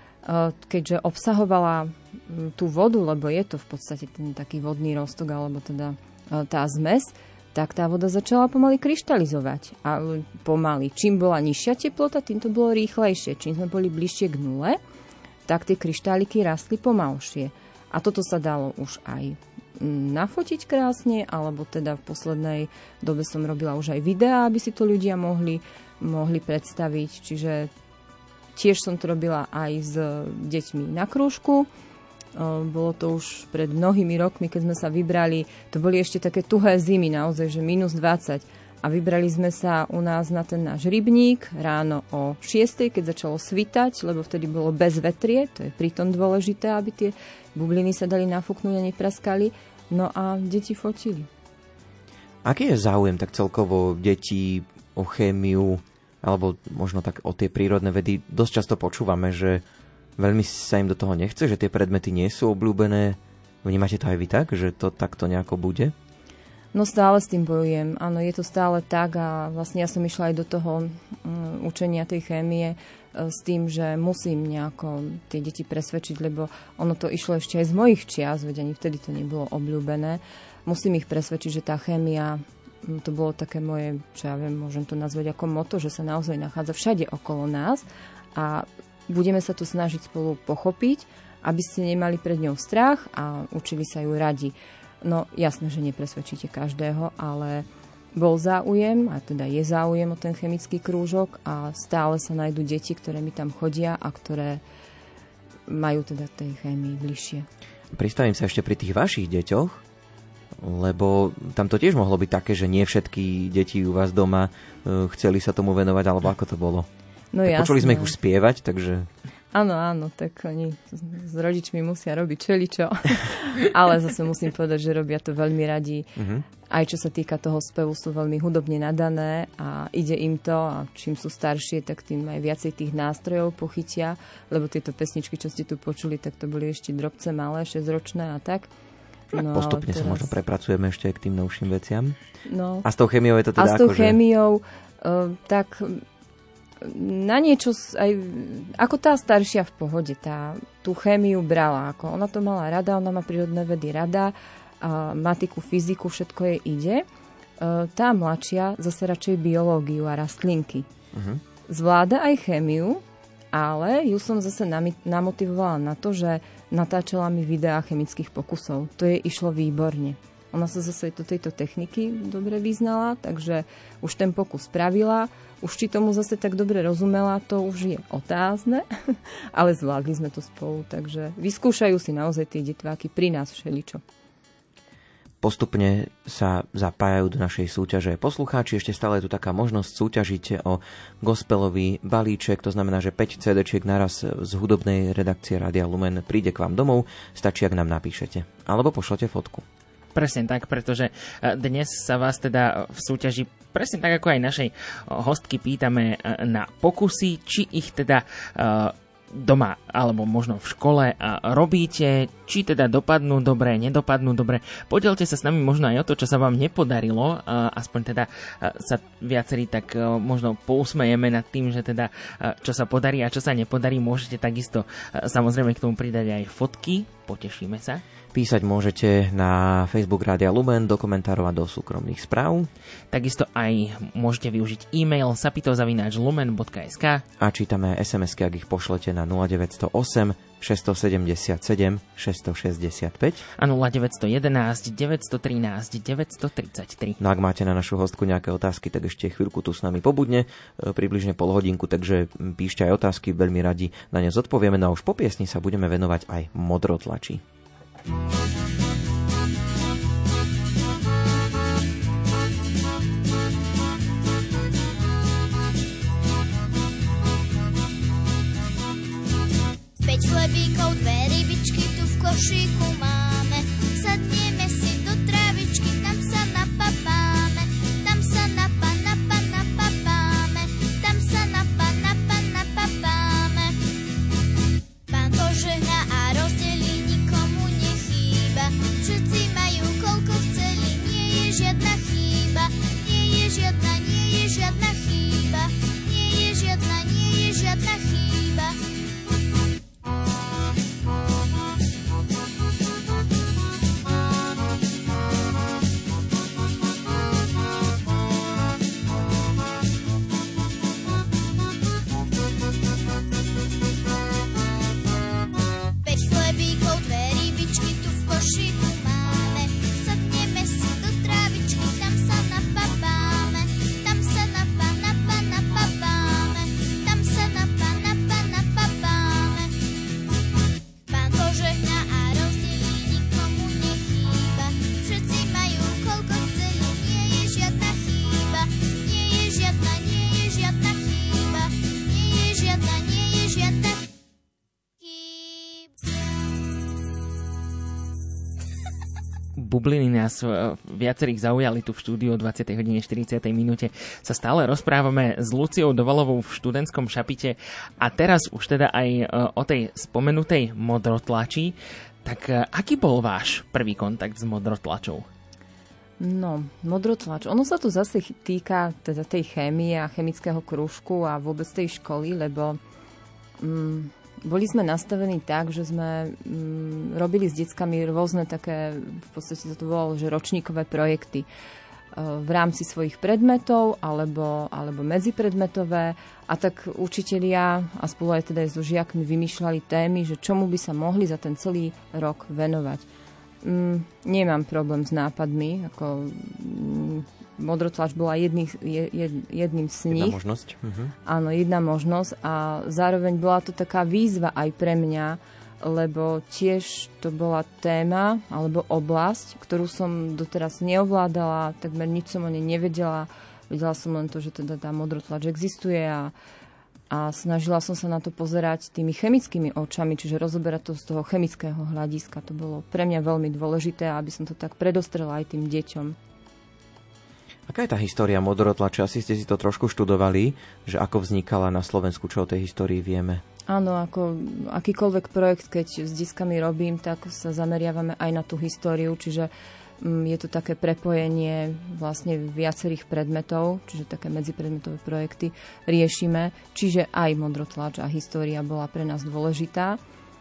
keďže obsahovala tú vodu, lebo je to v podstate ten taký vodný roztok, alebo teda tá zmes, tak tá voda začala pomaly kryštalizovať. A pomaly. Čím bola nižšia teplota, tým to bolo rýchlejšie. Čím sme boli bližšie k nule, tak tie kryštáliky rastli pomalšie. A toto sa dalo už aj nafotiť krásne, alebo teda v poslednej dobe som robila už aj videá, aby si to ľudia mohli, mohli predstaviť. Čiže tiež som to robila aj s deťmi na krúžku. Bolo to už pred mnohými rokmi, keď sme sa vybrali. To boli ešte také tuhé zimy, naozaj, že mínus dvadsať. A vybrali sme sa u nás na ten náš rybník ráno o šiestej, keď začalo svitať, lebo vtedy bolo bez vetrie, to je pritom dôležité, aby tie bubliny sa dali nafúknúť a nepraskali. No a deti fotili. Aký je záujem tak celkovo detí o chémiu, alebo možno tak o tie prírodné vedy? Dosť často počúvame, že veľmi sa im do toho nechce, že tie predmety nie sú obľúbené. Vnímate to aj vy tak, že to takto nejako bude? No stále s tým bojujem. Áno, je to stále tak a vlastne ja som išla aj do toho um, učenia tej chémie uh, s tým, že musím nejako tie deti presvedčiť, lebo ono to išlo ešte aj z mojich čias, veď ani vtedy to nebolo obľúbené. Musím ich presvedčiť, že tá chémia, um, to bolo také moje, čo ja viem, môžem to nazvať ako moto, že sa naozaj nachádza všade okolo nás a budeme sa to snažiť spolu pochopiť, aby ste nemali pred ňou strach a učili sa ju radi. No jasné, že nepresvedčíte každého, ale bol záujem, a teda je záujem o ten chemický krúžok a stále sa nájdú deti, ktoré mi tam chodia a ktoré majú teda tej chémii bližšie. Pristavím sa ešte pri tých vašich deťoch, lebo tam to tiež mohlo byť také, že nie všetky deti u vás doma chceli sa tomu venovať, alebo ako to bolo? No jasné. Počuli sme ich už spievať, takže... Áno, áno, tak oni s rodičmi musia robiť čeličo. Ale zase musím povedať, že robia to veľmi radi. Uh-huh. Aj čo sa týka toho spevu, sú veľmi hudobne nadané a ide im to. A čím sú staršie, tak tým aj viacej tých nástrojov pochytia. Lebo tieto pesničky, čo ste tu počuli, tak to boli ešte drobce malé, šesťročné a tak. No, postupne teraz... sa možno prepracujeme ešte aj k tým novším veciam. No. A s tou chémiou je to teda ako, A s tou ako, chémiou, uh, tak... na niečo, aj, ako tá staršia v pohode, tá, tú chémiu brala, ako ona to mala rada, ona má prírodné vedy rada, a matiku, fyziku, všetko jej ide. E, tá mladšia zase radšej biológiu a rastlinky. Uh-huh. Zvláda aj chémiu, ale ju som zase namotivovala na to, že natáčala mi videá chemických pokusov. To jej išlo výborne. Ona sa zase do tejto techniky dobre vyznala, takže už ten pokus spravila. Už či tomu zase tak dobre rozumela, to už je otázne, ale zvládli sme to spolu, takže vyskúšajú si naozaj tie detváky pri nás všeličo. Postupne sa zapájajú do našej súťaže poslucháči. Ešte stále je tu taká možnosť súťažiť o gospelový balíček, to znamená, že päť cé déčiek naraz z hudobnej redakcie Rádia Lumen príde k vám domov, stačí, ak nám napíšete. Alebo pošlete fotku. Presne tak, pretože dnes sa vás teda v súťaži presne tak ako aj našej hostky pýtame na pokusy, či ich teda doma alebo možno v škole robíte, či teda dopadnú dobre, nedopadnú dobre. Podielte sa s nami možno aj o to, čo sa vám nepodarilo, aspoň teda sa viacerí tak možno pousmejeme nad tým, že teda čo sa podarí a čo sa nepodarí. Môžete takisto samozrejme k tomu pridať aj fotky, potešíme sa. Písať môžete na Facebook Rádia Lumen, do komentárov a do súkromných správ. Takisto aj môžete využiť e-mail sapito zavináč lumen bodka es ká. A čítame es em esky, ak ich pošlete na nula deväť nula osem šesť sedem sedem šesť šesť päť a nula deväť jedna jedna deväť jedna tri deväť tri tri. No ak máte na našu hostku nejaké otázky, tak ešte chvíľku tu s nami pobudne, približne pol hodinku, takže píšte aj otázky, veľmi radi na ne zodpovieme. No a už po piesni sa budeme venovať aj modrotlači. Päť chlebíkov, dve rybičky tu v košíku máme. Sadneme si do trávičky, tam sa napapáme. Tam sa napa, napa, napapáme. Tam sa napa, napa, napapáme. Pán požehná a rozdelí, nikomu nechýba. Všetci majú koľko chceli, nie je žiadna chýba. Nie je žiadna, nie je žiadna chýba. Nie je žiadna, nie je žiadna chýba. Napa, napa, napapáme. Tam sa napa, napa, bubliny nás viacerých zaujali tu v štúdiu o dvadsiatej hodine štyridsiatej minúte. Sa stále rozprávame s Luciou Dovalovou v študentskom šapite a teraz už teda aj o tej spomenutej modrotlači. Tak aký bol váš prvý kontakt s modrotlačou? No, modrotlač. Ono sa tu zase týka teda tej chémie a chemického krúžku a vôbec tej školy, lebo mm, boli sme nastavení tak, že sme mm, robili s deckami rôzne také, v podstate to bolo, že ročníkové projekty e, v rámci svojich predmetov alebo, alebo medzipredmetové a tak učitelia a spolu aj teda aj so žiakmi vymýšľali témy, že čomu by sa mohli za ten celý rok venovať. Mm, nemám problém s nápadmi, ako mm, modrotlač bola jedný, jed, jedným z nich. Jedna možnosť. Mhm. Áno, jedna možnosť a zároveň bola to taká výzva aj pre mňa, lebo tiež to bola téma alebo oblasť, ktorú som doteraz neovládala, takmer nič som o nej nevedela. Vedela som len to, že teda tá modrotlač existuje a, a snažila som sa na to pozerať tými chemickými očami, čiže rozoberať to z toho chemického hľadiska. To bolo pre mňa veľmi dôležité, aby som to tak predostrela aj tým deťom. Aká je tá história modrotlače? Asi ste si to trošku študovali, že ako vznikala na Slovensku, čo o tej histórii vieme? Áno, ako akýkoľvek projekt, keď s diskami robím, tak sa zameriavame aj na tú históriu, čiže um, je to také prepojenie vlastne viacerých predmetov, čiže také medzipredmetové projekty riešime, čiže aj modrotlač a história bola pre nás dôležitá.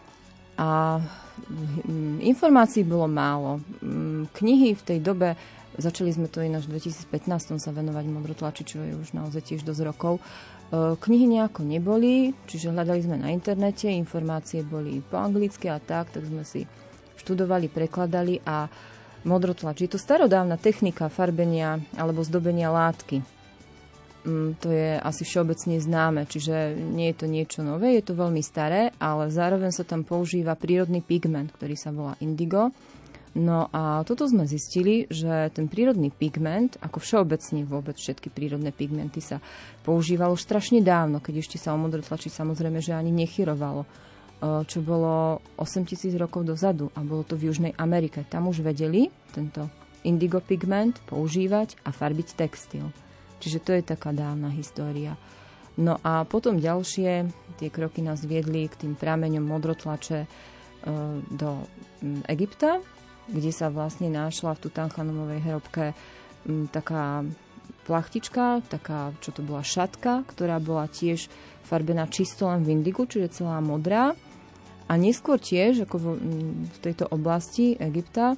A um, informácií bolo málo. Um, knihy v tej dobe, začali sme to ináč v dvetisícpätnásť sa venovať modrotlači, čo je už naozaj tiež dosť rokov. Knihy nejako neboli, čiže hľadali sme na internete, informácie boli po anglicky a tak, tak sme si študovali, prekladali a modrotlač. Je to starodávna technika farbenia alebo zdobenia látky. To je asi všeobecne známe, čiže nie je to niečo nové, je to veľmi staré, ale zároveň sa tam používa prírodný pigment, ktorý sa volá indigo. No a toto sme zistili, že ten prírodný pigment, ako všeobecne vôbec všetky prírodné pigmenty sa používal už strašne dávno, keď ešte sa o modrotlači samozrejme, že ani nechyrovalo, čo bolo osemtisíc rokov dozadu a bolo to v Južnej Amerike. Tam už vedeli tento indigo pigment používať a farbiť textil. Čiže to je taká dávna história. No a potom ďalšie, tie kroky nás viedli k tým prameňom modrotlače do Egypta, kde sa vlastne našla v Tutanchamonovej hrobke m, taká plachtička, taká, čo to bola šatka, ktorá bola tiež farbená čisto len v indigu, čiže celá modrá. A neskôr tiež, ako v, m, v tejto oblasti Egypta, e,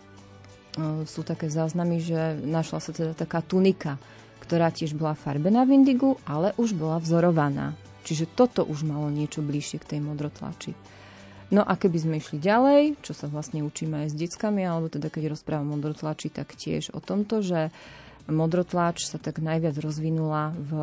sú také záznamy, že našla sa teda taká tunika, ktorá tiež bola farbená v indigu, ale už bola vzorovaná. Čiže toto už malo niečo bližšie k tej modrotlači. No a keby sme išli ďalej, čo sa vlastne učíme aj s deckami, alebo teda keď rozprávam o modrotlači, tak tiež o tomto, že modrotlač sa tak najviac rozvinula v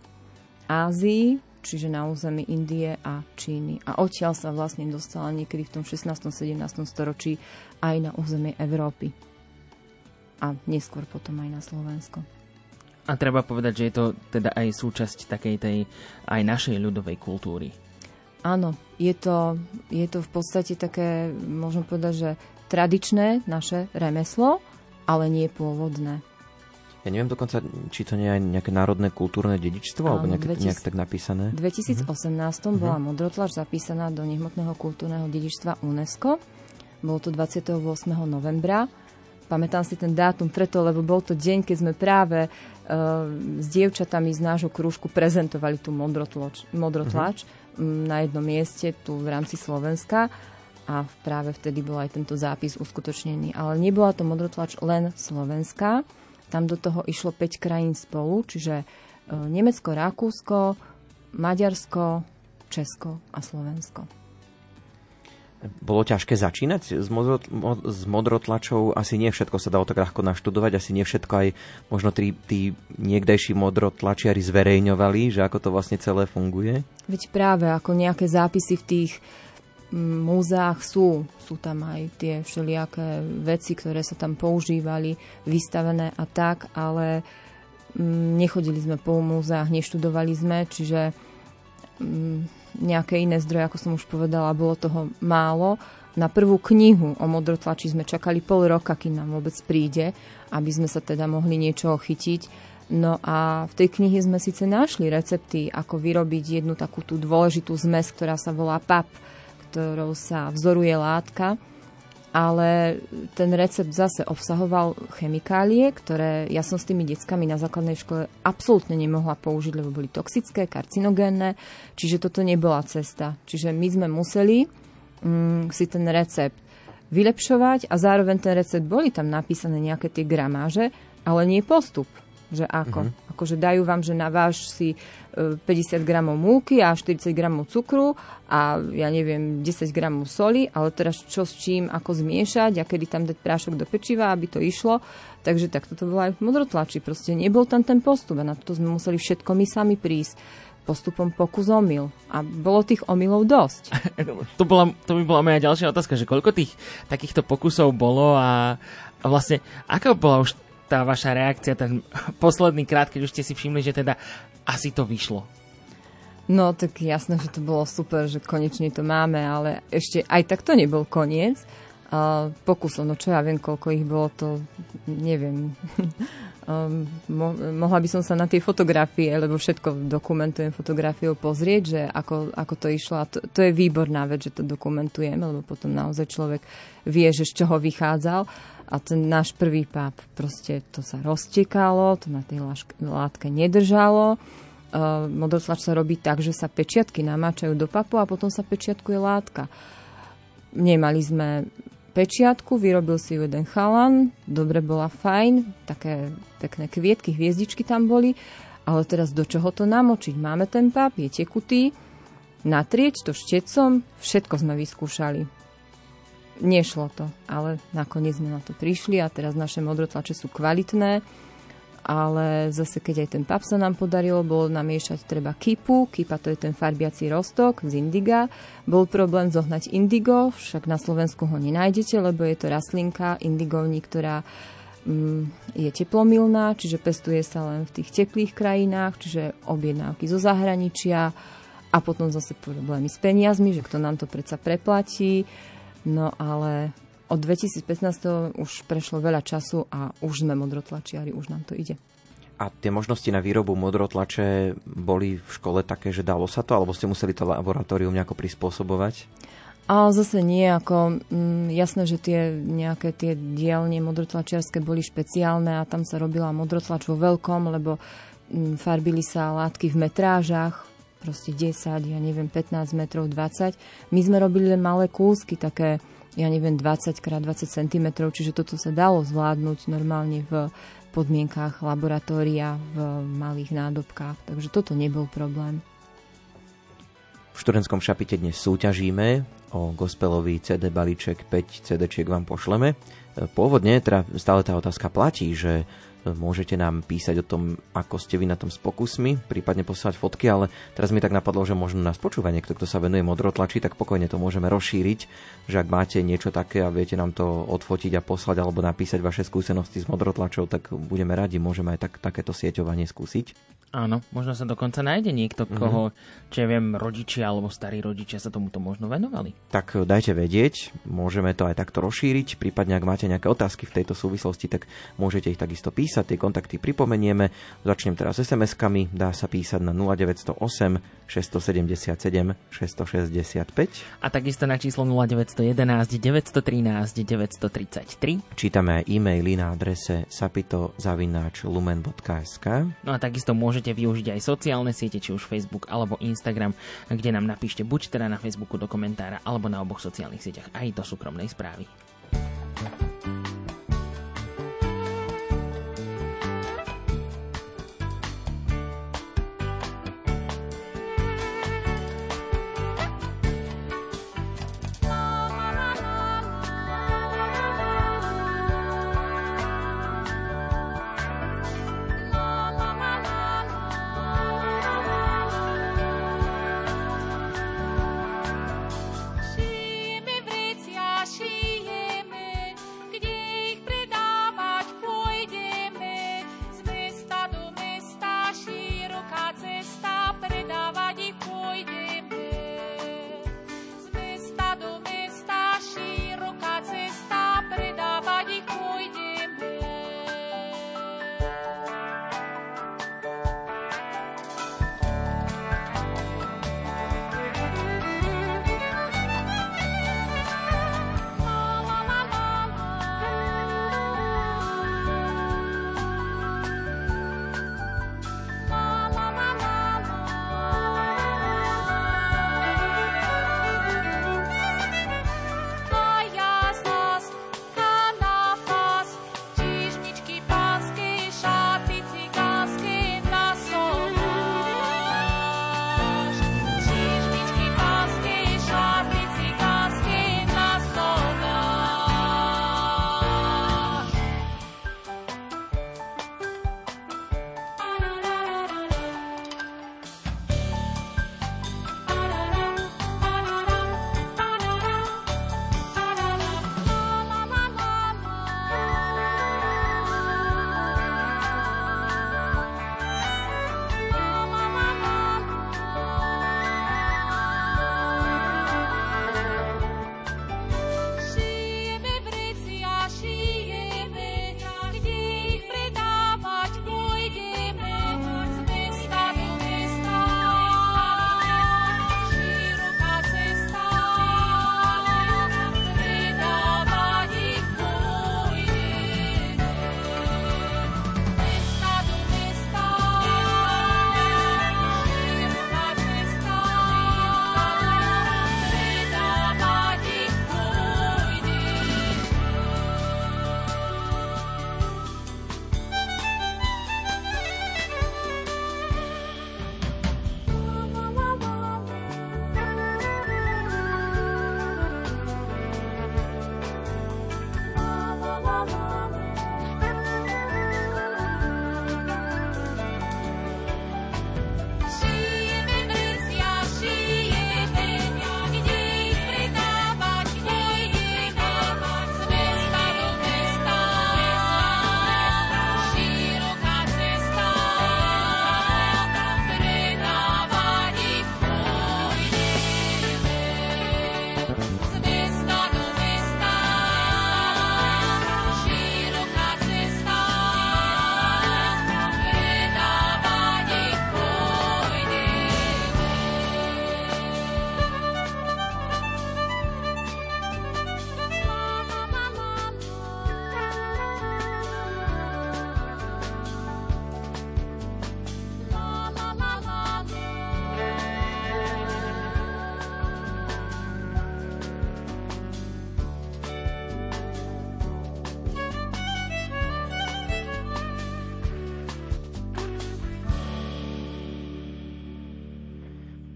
Ázii, čiže na území Indie a Číny. A odtiaľ sa vlastne dostala niekedy v tom šestnástom sedemnástom storočí aj na územie Európy. A neskôr potom aj na Slovensko. A treba povedať, že je to teda aj súčasť takej tej aj našej ľudovej kultúry. Áno, je to, je to v podstate také, môžem povedať, že tradičné naše remeslo, ale nie pôvodné. Ja neviem dokonca, či to nie je nejaké národné kultúrne dedičstvo, Áno, alebo nejaké, dvetisíc nejak tak napísané. V dvetisícosemnásť uh-huh. bola modrotlač zapísaná do nehmotného kultúrneho dedičstva UNESCO. Bolo to dvadsiateho ôsmeho novembra. Pamätám si ten dátum preto, lebo bol to deň, keď sme práve uh, s dievčatami z nášho krúžku prezentovali tú modrotlač, modrotlač uh-huh. na jednom mieste tu v rámci Slovenska a práve vtedy bol aj tento zápis uskutočnený. Ale nebola to modrotlač len slovenská, tam do toho išlo päť krajín spolu, čiže uh, Nemecko, Rakúsko, Maďarsko, Česko a Slovensko. Bolo ťažké začínať s, modro, s modrotlačou? Asi nie všetko sa dalo tak ľahko naštudovať, asi nie všetko aj možno tí, tí niekdejší modrotlačiari zverejňovali, že ako to vlastne celé funguje? Veď práve ako nejaké zápisy v tých múzeách sú. Sú tam aj tie všelijaké veci, ktoré sa tam používali, vystavené a tak, ale nechodili sme po múzeách, neštudovali sme, čiže nejaké iné zdroje, ako som už povedala, bolo toho málo na prvú knihu o modrotlači sme čakali pol roka, kým nám vôbec príde, aby sme sa teda mohli niečoho chytiť. No a v tej knihe sme síce našli recepty, ako vyrobiť jednu takú tú dôležitú zmes, ktorá sa volá P A P, ktorou sa vzoruje látka, ale ten recept zase obsahoval chemikálie, ktoré ja som s tými deckami na základnej škole absolútne nemohla použiť, lebo boli toxické, karcinogénne, čiže toto nebola cesta. Čiže my sme museli mm, si ten recept vylepšovať a zároveň ten recept boli tam napísané nejaké tie gramáže, ale nie postup. Že ako? Uh-huh. Akože dajú vám, že naváž si päťdesiat gramov múky a štyridsať gramov cukru a ja neviem, desať gramov soli, ale teraz čo s čím, ako zmiešať a kedy tam dať prášok do pečiva, aby to išlo. Takže takto to bolo aj v modrotlači. Proste nebol tam ten postup a na to sme museli všetko my sami prísť postupom pokus omyl. A bolo tých omylov dosť. to, bola, to by bola moja ďalšia otázka, že koľko tých takýchto pokusov bolo a, a vlastne aká bola už tá vaša reakcia, ten posledný krát, keď už ste si všimli, že teda asi to vyšlo? No, tak jasné, že to bolo super, že konečne to máme, ale ešte aj tak to nebol koniec. Uh, pokusov, no čo ja viem, koľko ich bolo, to neviem. um, mo- mohla by som sa na tie fotografie, lebo všetko dokumentujem fotografiou, pozrieť, že ako, ako to išlo. A to, to je výborná vec, že to dokumentujem, lebo potom naozaj človek vie, že z čoho vychádzal. A ten náš prvý P A P, proste to sa roztekalo, to na tej látke nedržalo. Uh, modrotlač sa robí tak, že sa pečiatky namáčajú do papu a potom sa pečiatkuje látka. Nemali sme pečiatku, vyrobil si ju jeden chalan, dobre, bola fajn, také pekné kvietky, hviezdičky tam boli, ale teraz do čoho to namočiť? Máme ten P A P, je tekutý, natrieť to štecom, všetko sme vyskúšali. Nešlo to, ale nakoniec sme na to prišli a teraz naše modrotlače sú kvalitné, ale zase keď aj ten P A P sa nám podarilo, bolo namiešať treba kypu, kypa to je ten farbiaci roztok z indiga, bol problém zohnať indigo, však na Slovensku ho nenájdete, lebo je to rastlinka indigovní, ktorá mm, je teplomilná, čiže pestuje sa len v tých teplých krajinách, čiže objednávky zo zahraničia a potom zase problémy s peniazmi, že kto nám to predsa preplatí. No ale od dvetisícpätnásť už prešlo veľa času a už sme modrotlačiari, už nám to ide. A tie možnosti na výrobu modrotlače boli v škole také, že dalo sa to, alebo ste museli to laboratórium nejako prispôsobovať? A zase nie, ako mm, jasné, že tie nejaké tie dielne modrotlačiarske boli špeciálne a tam sa robila modrotlač vo veľkom, lebo mm, farbili sa látky v metrážach, proste desať, ja neviem, pätnásť metrov, dvadsať. My sme robili len malé kúsky, také, ja neviem, dvadsať krát dvadsať centimetrov, čiže toto sa dalo zvládnuť normálne v podmienkách laboratória, v malých nádobkách, takže toto nebol problém. V študentskom šapite dnes súťažíme o gospelový cé dé balíček, päť cé déčiek vám pošleme. Pôvodne teda stále tá otázka platí, že môžete nám písať o tom, ako ste vy na tom s pokusmi, prípadne posielať fotky, ale teraz mi tak napadlo, že možno nás počúva niekto, kto sa venuje modrotlači, tak pokojne to môžeme rozšíriť, že ak máte niečo také a viete nám to odfotiť a poslať alebo napísať vaše skúsenosti s modrotlačou, tak budeme radi, môžeme aj tak, takéto sieťovanie skúsiť. Áno, možno sa dokonca nájde niekto, koho, mm-hmm. čo ja viem, rodičia alebo starí rodičia sa tomuto možno venovali. Tak dajte vedieť, môžeme to aj takto rozšíriť, prípadne ak máte nejaké otázky v tejto súvislosti, tak môžete ich takisto písať, tie kontakty pripomenieme. Začnem teraz es em eskami, dá sa písať na nula deväť nula osem šesť sedem sedem šesť šesť päť. A takisto na číslo nula deväť jedna jedna deväť jedna tri deväť tri tri. Čítame aj e-maily na adrese sapito zavináč lumen bodka es ká. No a takisto môžete využiť aj sociálne siete, či už Facebook alebo Instagram, kde nám napíšte buď teda na Facebooku do komentára, alebo na oboch sociálnych sieťach aj do súkromnej správy. Šije mi vricia, šije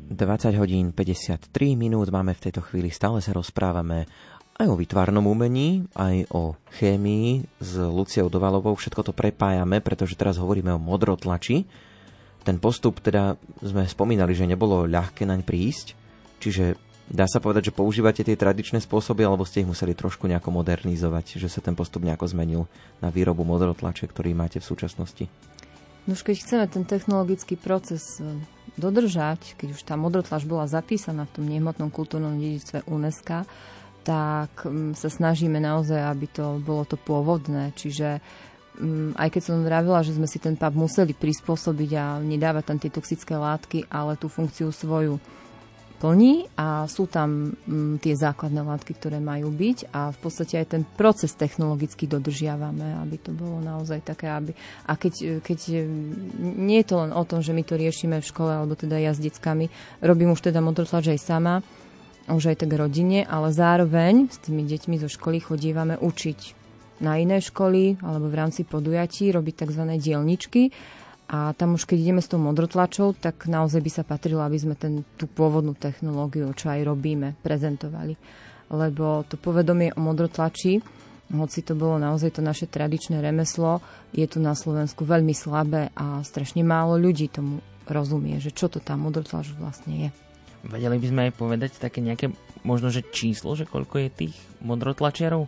dvadsať hodín päťdesiattri minút máme v tejto chvíli. Stále sa rozprávame aj o výtvarnom umení, aj o chémii s Luciou Dovalovou. Všetko to prepájame, pretože teraz hovoríme o modrotlači. Ten postup teda sme spomínali, že nebolo ľahké naň prísť. Čiže dá sa povedať, že používate tie tradičné spôsoby, alebo ste ich museli trošku nejako modernizovať, že sa ten postup nejako zmenil na výrobu modrotlače, ktorý máte v súčasnosti? No už keď chceme ten technologický proces dodržať, keď už tá modrotlač bola zapísaná v tom nehmotnom kultúrnom dedičstve UNESCO, tak sa snažíme naozaj, aby to bolo to pôvodné. Čiže aj keď som vravila, že sme si ten pap museli prispôsobiť a nedávať tam tie toxické látky, ale tú funkciu svoju plní a sú tam m, tie základné látky, ktoré majú byť a v podstate aj ten proces technologicky dodržiavame, aby to bolo naozaj také, aby... A keď, keď nie je to len o tom, že my to riešime v škole, alebo teda ja s deckami, robím už teda modrotlač aj sama, už aj tak rodine, ale zároveň s tými deťmi zo školy chodívame učiť na iné školy, alebo v rámci podujatí robiť tzv. Dielničky. A tam už keď ideme s tou modrotlačou, tak naozaj by sa patrilo, aby sme ten, tú pôvodnú technológiu, čo aj robíme, prezentovali. Lebo to povedomie o modrotlači, hoci to bolo naozaj to naše tradičné remeslo, je tu na Slovensku veľmi slabé a strašne málo ľudí tomu rozumie, že čo to tá modrotlač vlastne je. Vedeli by sme aj povedať také nejaké, možno že číslo, že koľko je tých modrotlačiarov?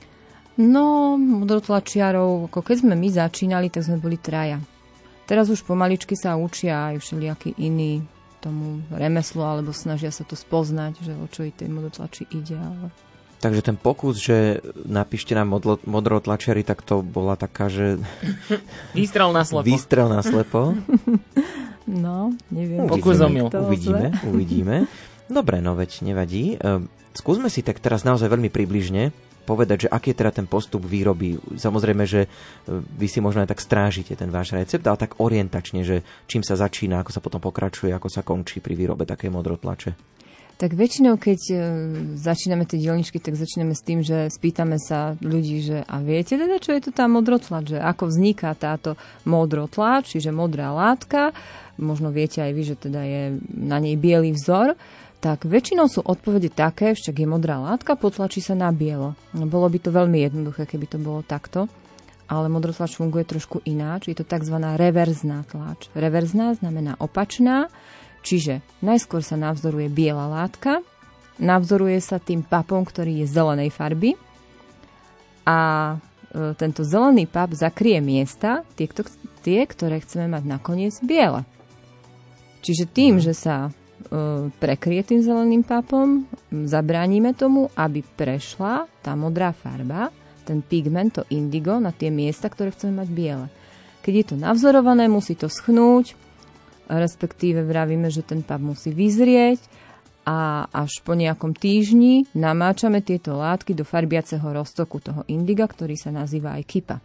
No, modrotlačiarov, ako keď sme my začínali, tak sme boli traja. Teraz už pomaličky sa učia aj všelijakí iní tomu remeslu, alebo snažia sa to spoznať, že o čo i tej modrotlači ide. Ale... Takže ten pokus, že napíšte nám modlo, modrotlačiari, tak to bola taká, že... Výstrel na slepo. Výstrel na slepo. No, neviem. Pokus omyl. Uvidíme, uvidíme. Dobre, no veď nevadí. Skúsme si tak teraz naozaj veľmi približne povedať, že aký je teda ten postup výroby. Samozrejme, že vy si možno aj tak strážite ten váš recept, ale tak orientačne, že čím sa začína, ako sa potom pokračuje, ako sa končí pri výrobe takej modrotlače. Tak väčšinou, keď e, začíname tie dielničky, tak začíname s tým, že spýtame sa ľudí, že a viete teda, čo je to tá modrotlač, že ako vzniká táto modrotlač, čiže modrá látka, možno viete aj vy, že teda je na nej biely vzor, tak väčšinou sú odpovede také, však je modrá látka, potlačí sa na bielo. No, bolo by to veľmi jednoduché, keby to bolo takto, ale modrotlač funguje trošku ináč, je to tzv. Reverzná tlač. Reverzná znamená opačná, čiže najskôr sa navzoruje biela látka, navzoruje sa tým papom, ktorý je zelenej farby a e, tento zelený pap zakrie miesta, tie, tie, ktoré chceme mať nakoniec biele. Čiže tým, že sa prekrie tým zeleným papom, zabránime tomu, aby prešla tá modrá farba, ten pigment, to indigo, na tie miesta, ktoré chceme mať biele. Keď je to navzorované, musí to schnúť, respektíve vravíme, že ten pap musí vyzrieť a až po nejakom týždni namáčame tieto látky do farbiaceho roztoku toho indiga, ktorý sa nazýva aj kypa.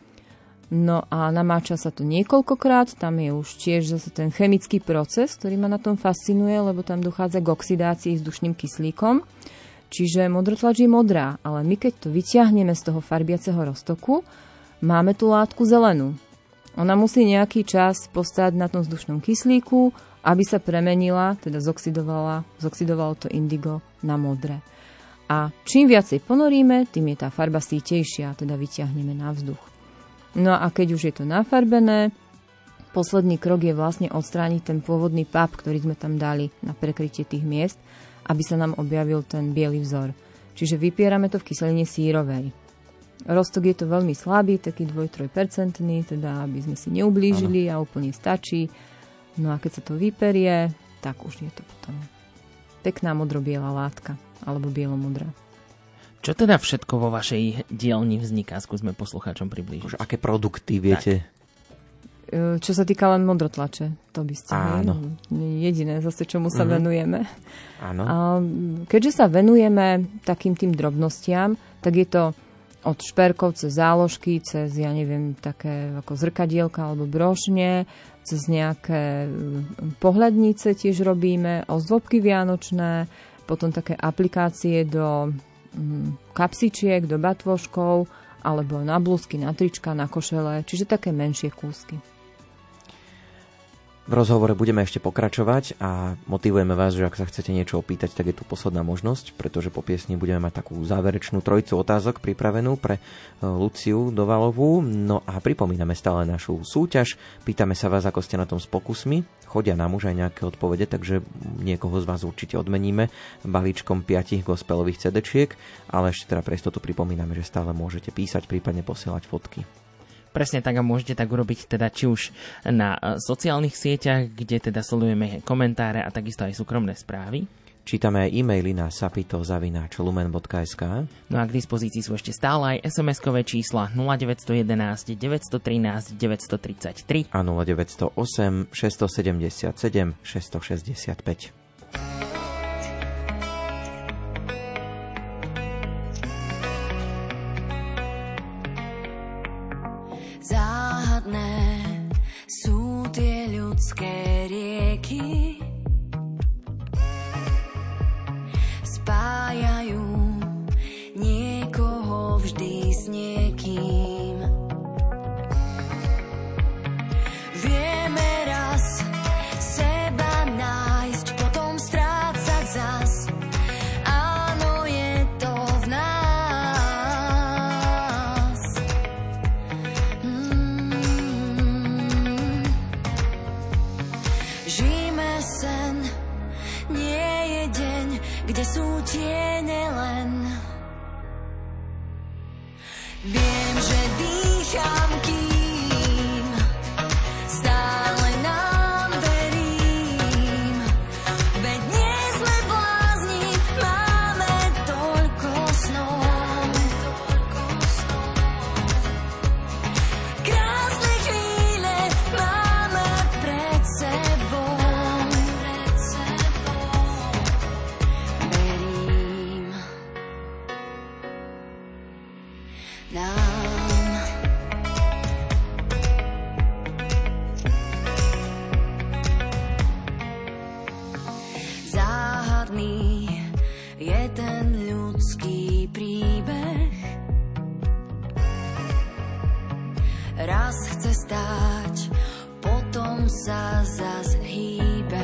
No a namáča sa to niekoľkokrát, tam je už tiež zase ten chemický proces, ktorý ma na tom fascinuje, lebo tam dochádza k oxidácii s dušným kyslíkom. Čiže modrotlač je modrá, ale my keď to vyťahneme z toho farbiaceho roztoku, máme tú látku zelenú. Ona musí nejaký čas postáť na tom vzdušnom kyslíku, aby sa premenila, teda zoxidovala, zoxidovalo to indigo na modré. A čím viacej ponoríme, tým je tá farba sítejšia, teda vyťahneme na vzduch. No a keď už je to nafarbené, posledný krok je vlastne odstrániť ten pôvodný pap, ktorý sme tam dali na prekrytie tých miest, aby sa nám objavil ten biely vzor. Čiže vypierame to v kyseline sírovej. Roztok je to veľmi slabý, taký dva až tri percentá, teda aby sme si neublížili a úplne stačí. No a keď sa to vyperie, tak už je to potom pekná modro-biela látka, alebo bielo-modrá. Čo teda všetko vo vašej dielni vzniká? Skúsme poslucháčom priblížiť. Aké produkty, viete? Tak. Čo sa týka len modrotlače, to by ste Áno. jediné zase, čomu sa mm-hmm. venujeme. Áno. A keďže sa venujeme takým tým drobnostiam, tak je to od šperkov cez záložky, cez, ja neviem, také ako zrkadielka alebo brošne, cez nejaké pohľadnice tiež robíme, ozdôbky vianočné, potom také aplikácie do kapsičiek, do batôžkov, alebo na blúzky, na trička, na košele, čiže také menšie kúsky. V rozhovore budeme ešte pokračovať a motivujeme vás, že ak sa chcete niečo opýtať, tak je tu posledná možnosť, pretože po piesni budeme mať takú záverečnú trojicu otázok pripravenú pre Luciu Dovalovú. No a pripomíname stále našu súťaž. Pýtame sa vás, ako ste na tom s pokusmi. Chodia nám už aj nejaké odpovede, takže niekoho z vás určite odmeníme balíčkom piatich gospelových cédečiek, ale ešte teda pre istotu pripomíname, že stále môžete písať, prípadne posielať fotky. Presne tak a môžete tak urobiť teda či už na sociálnych sieťach, kde teda sledujeme komentáre a takisto aj súkromné správy. Čítame aj e-maily na sapito zavináč lumen bodka es ká. No a k dispozícii sú ešte stále aj es em eskové čísla nula deväť jedna jedna, deväť jedna tri, deväť tri tri a nula deväť nula osem, šesť sedem sedem, šesť šesť päť. Záhadné sú tie ľudské rieky, spájajú niekoho vždy s niekým. Vieme raz seba nájsť, potom strácať zas. Áno, je to v nás. Mm. Žijeme sen, nie je deň, kde sú tiene len. Viem, že dýcham, kým stále nám verím. Veď nie sme blázni, máme toľko snov. Krásne chvíle máme pred sebou. Záhadný je ten ľudský príbeh. Raz chce stáť, potom sa zas hýbe.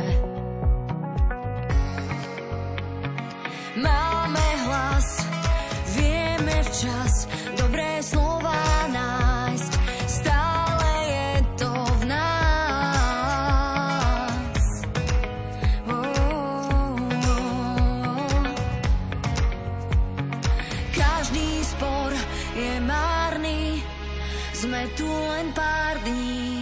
Máme hlas, vieme včas dobré slova nájsť. Stále je to v nás. Oh, oh. Každý spor je márny, sme tu len pár dní.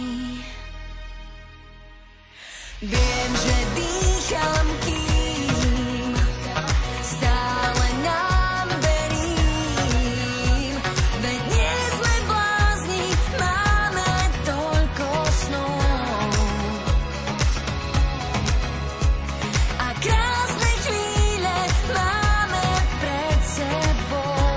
Viem, že dýcham, kým stále nám verím. Veď nie sme blázni, máme toľko snov. A krásne chvíle máme pred sebou.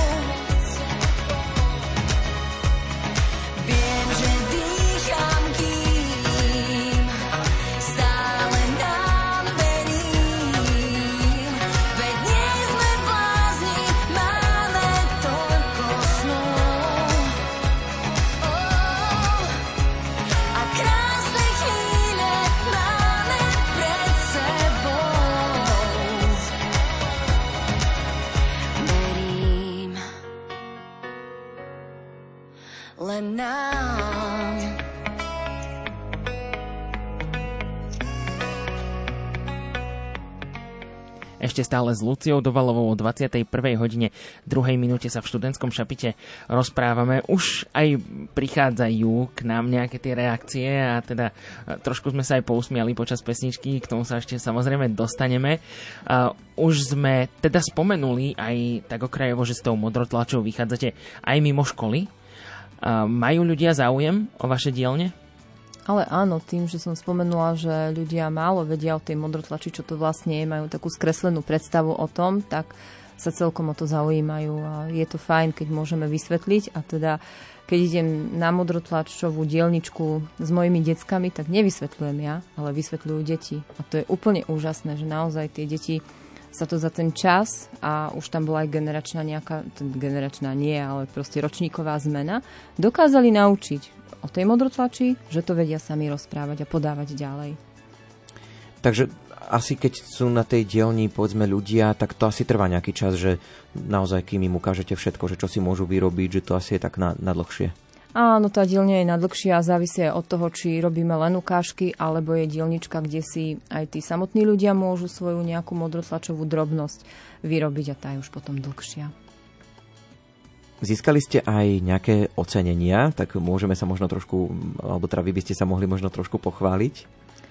Viem, že dýcham, kým stále nám verím. Veď nie sme blázni, máme toľko snov. Oh, a krásne chvíle máme pred sebou. Verím len nám. Ešte stále s Luciou Dovalovou o dvadsiatej prvej hodine druhej minúte sa v študentskom šapite rozprávame. Už aj prichádzajú k nám nejaké tie reakcie a teda trošku sme sa aj pousmiali počas pesničky, k tomu sa ešte samozrejme dostaneme. Už sme teda spomenuli aj tak okrajovo, že s tou modrotlačou vychádzate aj mimo školy. Majú ľudia záujem o vaše dielne? Ale áno, tým, že som spomenula, že ľudia málo vedia o tej modrotlači, čo to vlastne je, majú takú skreslenú predstavu o tom, tak sa celkom o to zaujímajú a je to fajn, keď môžeme vysvetliť. A teda, keď idem na modrotlačovú dielničku s mojimi deckami, tak nevysvetľujem ja, ale vysvetľujú deti. A to je úplne úžasné, že naozaj tie deti sa to za ten čas, a už tam bola aj generačná nejaká, generačná nie, ale proste ročníková zmena, dokázali naučiť. o tej modrotlači, že to vedia sami rozprávať a podávať ďalej. Takže asi keď sú na tej dielni, povedzme, ľudia, tak to asi trvá nejaký čas, že naozaj, kým im ukážete všetko, že čo si môžu vyrobiť, že to asi je tak na, na dlhšie. Áno, tá dielňa je na dlhšie a závisí od toho, či robíme len ukážky, alebo je dielnička, kde si aj tí samotní ľudia môžu svoju nejakú modrotlačovú drobnosť vyrobiť a tá je už potom dlhšia. Získali ste aj nejaké ocenenia, tak môžeme sa možno trošku, alebo teda vy by ste sa mohli možno trošku pochváliť?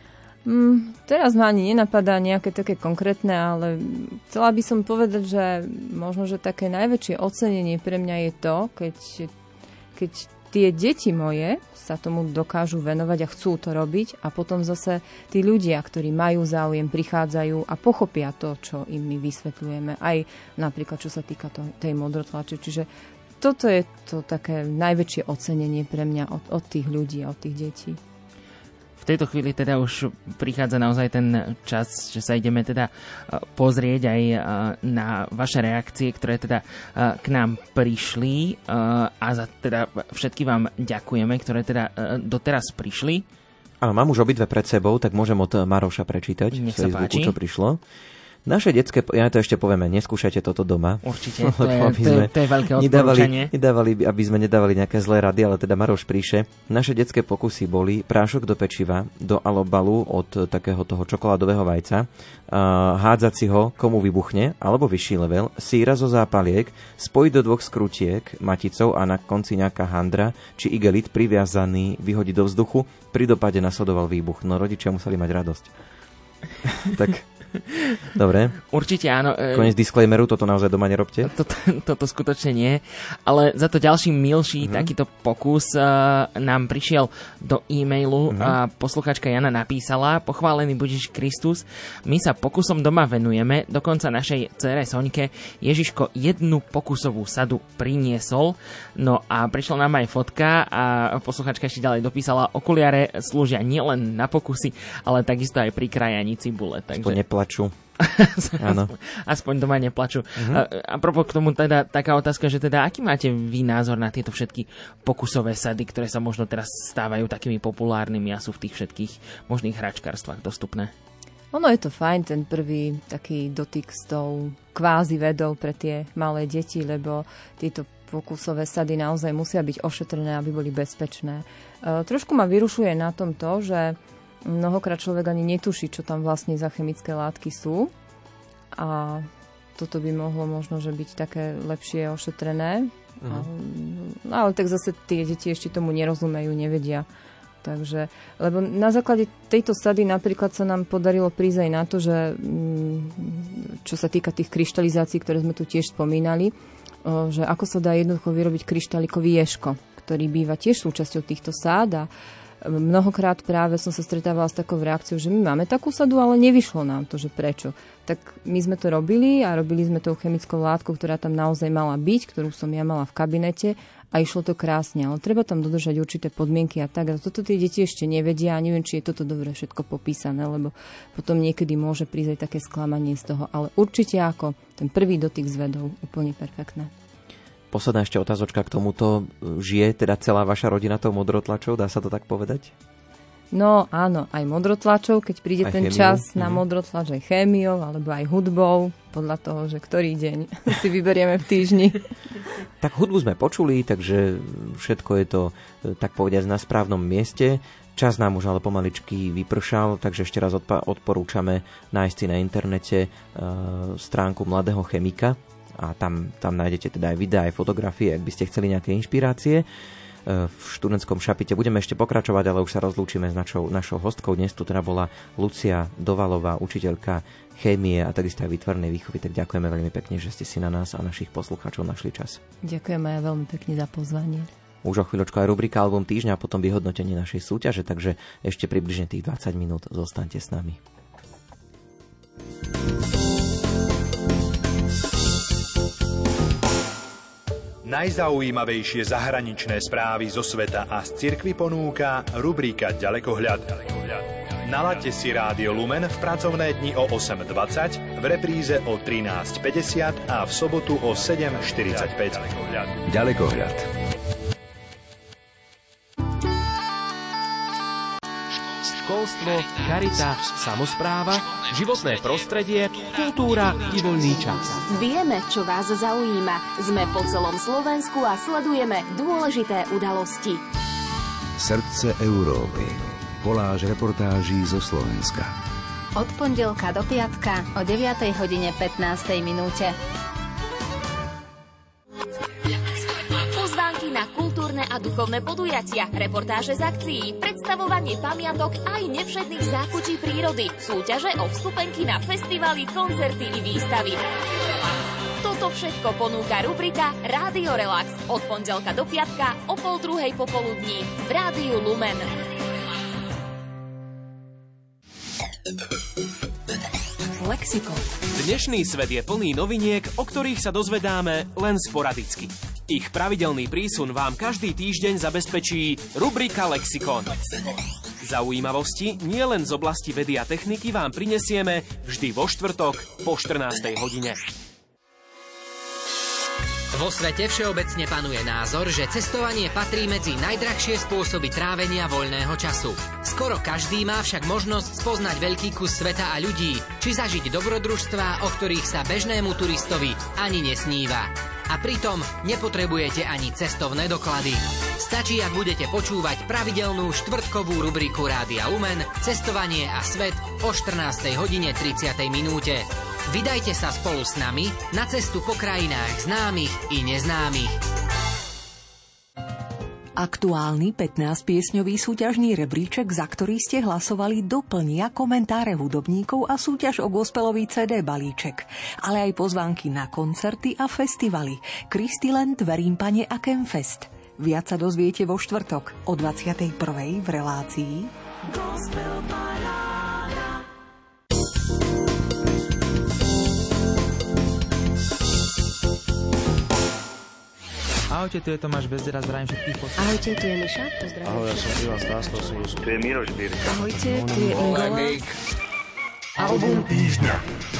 Mm, teraz ma ani nenapadá nejaké také konkrétne, ale chcela by som povedať, že možno, že také najväčšie ocenenie pre mňa je to, keď, keď tie deti moje sa tomu dokážu venovať a chcú to robiť a potom zase tí ľudia, ktorí majú záujem, prichádzajú a pochopia to, čo im my vysvetľujeme. Aj napríklad, čo sa týka to, tej modrotlače. Čiže toto je to také najväčšie ocenenie pre mňa od, od tých ľudí a od tých detí. V tejto chvíli teda už prichádza naozaj ten čas, že sa ideme teda pozrieť aj na vaše reakcie, ktoré teda k nám prišli a za teda všetky vám ďakujeme, ktoré teda doteraz prišli. Áno, mám už obidve pred sebou, tak môžem od Maroša prečítať Nech sa páči. čo prišlo. Naše detské, ja to ešte povieme, neskúšajte toto doma. Určite, to je, to je, to je veľké odporúčanie. Nedávali, nedávali, aby sme nedávali nejaké zlé rady, ale teda Maroš píše, naše detské pokusy boli prášok do pečiva, do alobalu od takého toho čokoládového vajca, uh, hádzať si ho, komu vybuchne, alebo vyšší level, síra zo zápaliek, spojiť do dvoch skrutiek maticou a na konci nejaká handra či igelit priviazaný vyhodiť do vzduchu, pri dopade nasledoval výbuch. No rodičia museli mať radosť. Tak... Dobre. Určite áno. Koniec disclaimeru, toto naozaj doma nerobte. Toto, toto skutočne nie. Ale za to ďalší milší mm-hmm. takýto pokus uh, nám prišiel do e-mailu. Mm-hmm. A posluchačka Jana napísala: Pochválený Budiš Kristus, my sa pokusom doma venujeme, dokonca našej dcére Soňke Ježiško jednu pokusovú sadu priniesol. No a prišla nám aj fotka a posluchačka ešte ďalej dopísala: okuliare slúžia nielen na pokusy, ale takisto aj pri krajaní cibule. Takže plaču. Áno. Aspoň doma neplaču. Uh-huh. A, a propos k tomu teda taká otázka, že teda aký máte vy názor na tieto všetky pokusové sady, ktoré sa možno teraz stávajú takými populárnymi a sú v tých všetkých možných hračkárstvách dostupné? Ono je to fajn, ten prvý taký dotyk s tou kvázi vedou pre tie malé deti, lebo tieto pokusové sady naozaj musia byť ošetrené, aby boli bezpečné. E, trošku ma vyrušuje na tom to, že mnohokrát človek ani netuší, čo tam vlastne za chemické látky sú. A toto by mohlo možno, že byť také lepšie ošetrené. Uh-huh. A, ale tak zase tie deti ešte tomu nerozumejú, nevedia. Takže, lebo na základe tejto sady napríklad sa nám podarilo prísť aj na to, že čo sa týka tých kryštalizácií, ktoré sme tu tiež spomínali, že ako sa dá jednoducho vyrobiť kryštalikový ješko, ktorý býva tiež súčasťou týchto sád. A mnohokrát práve som sa stretávala s takou reakciou, že my máme takú sadu, ale nevyšlo nám to, že prečo. Tak my sme to robili a robili sme tou chemickou látkou, ktorá tam naozaj mala byť, ktorú som ja mala v kabinete a išlo to krásne. Ale treba tam dodržať určité podmienky a tak. A toto tie deti ešte nevedia a neviem, či je toto dobre všetko popísané, lebo potom niekedy môže prísť aj také sklamanie z toho. Ale určite ako ten prvý dotyk s vedou, úplne perfektné. Posledná ešte otázočka k tomuto. Žije teda celá vaša rodina tou modrotlačou? Dá sa to tak povedať? No áno, aj modrotlačou, keď príde aj ten chémiou. Čas na mm. modrotlač, aj chémiou, alebo aj hudbou, podľa toho, že ktorý deň si vyberieme v týždni. Tak hudbu sme počuli, takže všetko je to, tak povediať, na správnom mieste. Čas nám už ale pomaličky vypršal, takže ešte raz odpa- odporúčame nájsť si na internete e, stránku Mladého chemika. A tam, tam nájdete teda aj videá, aj fotografie, ak by ste chceli nejaké inšpirácie. V študentskom šapite budeme ešte pokračovať, ale už sa rozlúčime s našou, našou hostkou. Dnes tu teda bola Lucia Dovalová, učiteľka chémie a takisto aj výtvarnej výchovy. Tak ďakujeme veľmi pekne, že ste si na nás a našich poslucháčov našli čas. Ďakujem aj veľmi pekne za pozvanie. Už o chvíľočku aj rubrika Album týždňa a potom vyhodnotenie našej súťaže, takže ešte približne tých dvadsať minút zostaňte s nami. Najzaujímavejšie zahraničné správy zo sveta a z cirkvi ponúka rubrika Ďalekohľad. Nalaďte si Rádio Lumen v pracovné dni o osem dvadsať, v repríze o trinásť päťdesiat a v sobotu o sedem štyridsaťpäť. Ďalekohľad. školstvo, charita, samospráva, životné prostredie, kultúra i voľný čas. Vieme, čo vás zaujíma. Sme po celom Slovensku a sledujeme dôležité udalosti. Srdce Európy. Koláž reportáží zo Slovenska. Od pondelka do piatka o deviatej hodine pätnástej minúte. Pozvánky na kultúrne a duchovné podujatia, reportáže z akcií, predstavovanie pamiatok aj nevšetných zákučí prírody, súťaže o vstupenky na festivaly, koncerty i výstavy. Toto všetko ponúka rubrika Rádio Relax od pondelka do piatka o pol druhej popoludní v Rádiu Lumen. Lexikon. Dnešný svet je plný noviniek, o ktorých sa dozvedáme len sporadicky. Ich pravidelný prísun vám každý týždeň zabezpečí rubrika Lexikon. Zaujímavosti nielen z oblasti vedy a techniky vám prinesieme vždy vo štvrtok po štrnástej hodine. Vo svete všeobecne panuje názor, že cestovanie patrí medzi najdrahšie spôsoby trávenia voľného času. Skoro každý má však možnosť spoznať veľký kus sveta a ľudí, či zažiť dobrodružstvá, o ktorých sa bežnému turistovi ani nesníva. A pritom nepotrebujete ani cestovné doklady. Stačí, ak budete počúvať pravidelnú štvrtkovú rubriku Rádia Lumen Cestovanie a svet o štrnástej hodine tridsiatej minúte. Vydajte sa spolu s nami na cestu po krajinách známych i neznámych. Aktuálny pätnásťpiesňový súťažný rebríček, za ktorý ste hlasovali, doplnia komentáre hudobníkov a súťaž o gospelový cé dé balíček, ale aj pozvánky na koncerty a festivaly Christyland, Verím Pane a Campfest. Viac sa dozviete vo štvrtok o dvadsiatej prvej v relácii Gospel Paráda. Ahojte, tu je Tomáš Bezdera, zdravím všetkých poslucháčov. Ahojte, tu je Miša, pozdravím. Ahoj, ja som Ivan Stástal, tu je Miroš Birka. Ahojte, tu je Ingola. Album týždňa.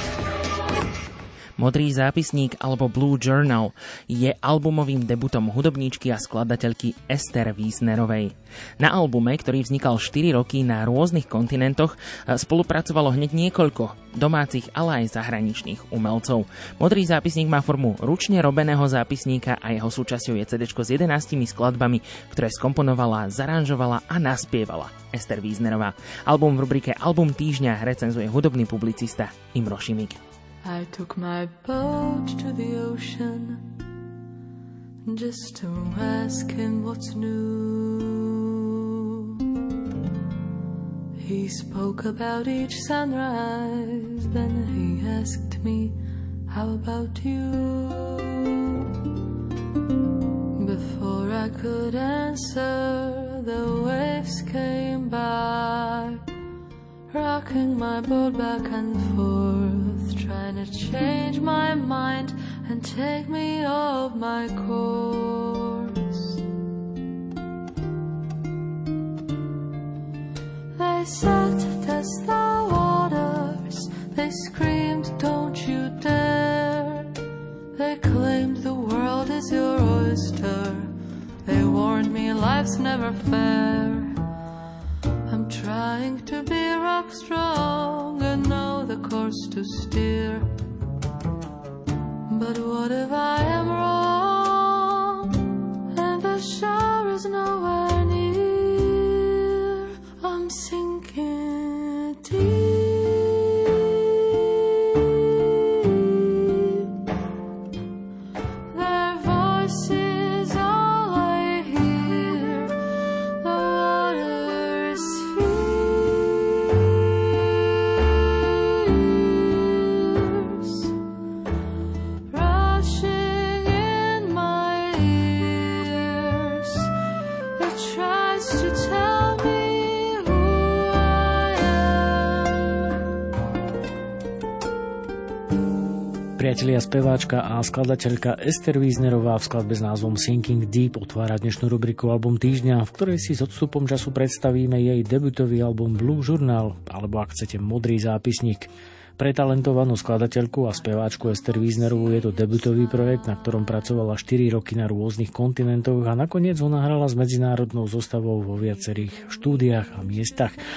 Modrý zápisník alebo Blue Journal je albumovým debutom hudobníčky a skladateľky Ester Wiesnerovej. Na albume, ktorý vznikal štyri roky na rôznych kontinentoch, spolupracovalo hneď niekoľko domácich, ale aj zahraničných umelcov. Modrý zápisník má formu ručne robeného zápisníka a jeho súčasťou je cédéčko s jedenástimi skladbami, ktoré skomponovala, zaranžovala a naspievala Ester Wiesnerová. Album v rubrike Album týždňa recenzuje hudobný publicista Imro Šimik. I took my boat to the ocean just to ask him what's new. He spoke about each sunrise, then he asked me, how about you? Before I could answer, the waves came by, rocking my boat back and forth, trying to change my mind and take me off my course. They said, test the waters. They screamed, don't you dare. They claimed the world is your oyster. They warned me life's never fair. I'm trying to be rock strong and know the course to steer. But what if I am wrong and the shore is nowhere near? I'm sinking deep. Their voices all I hear. The water's rushing in my ears. It tries to tell me who I am. Priatelia, speváčka a skladateľka Ester Wiesnerová v skladbe s názvom Sinking Deep otvára dnešnú rubriku Album týždňa, v ktorej si s odstupom času predstavíme jej debutový album Blue Journal, alebo ak chcete Modrý zápisník. Pre talentovanú skladateľku a speváčku Ester Wiesnerovú je to debutový projekt, na ktorom pracovala štyri roky na rôznych kontinentoch a nakoniec ho nahrala s medzinárodnou zostavou vo viacerých štúdiách a miestach.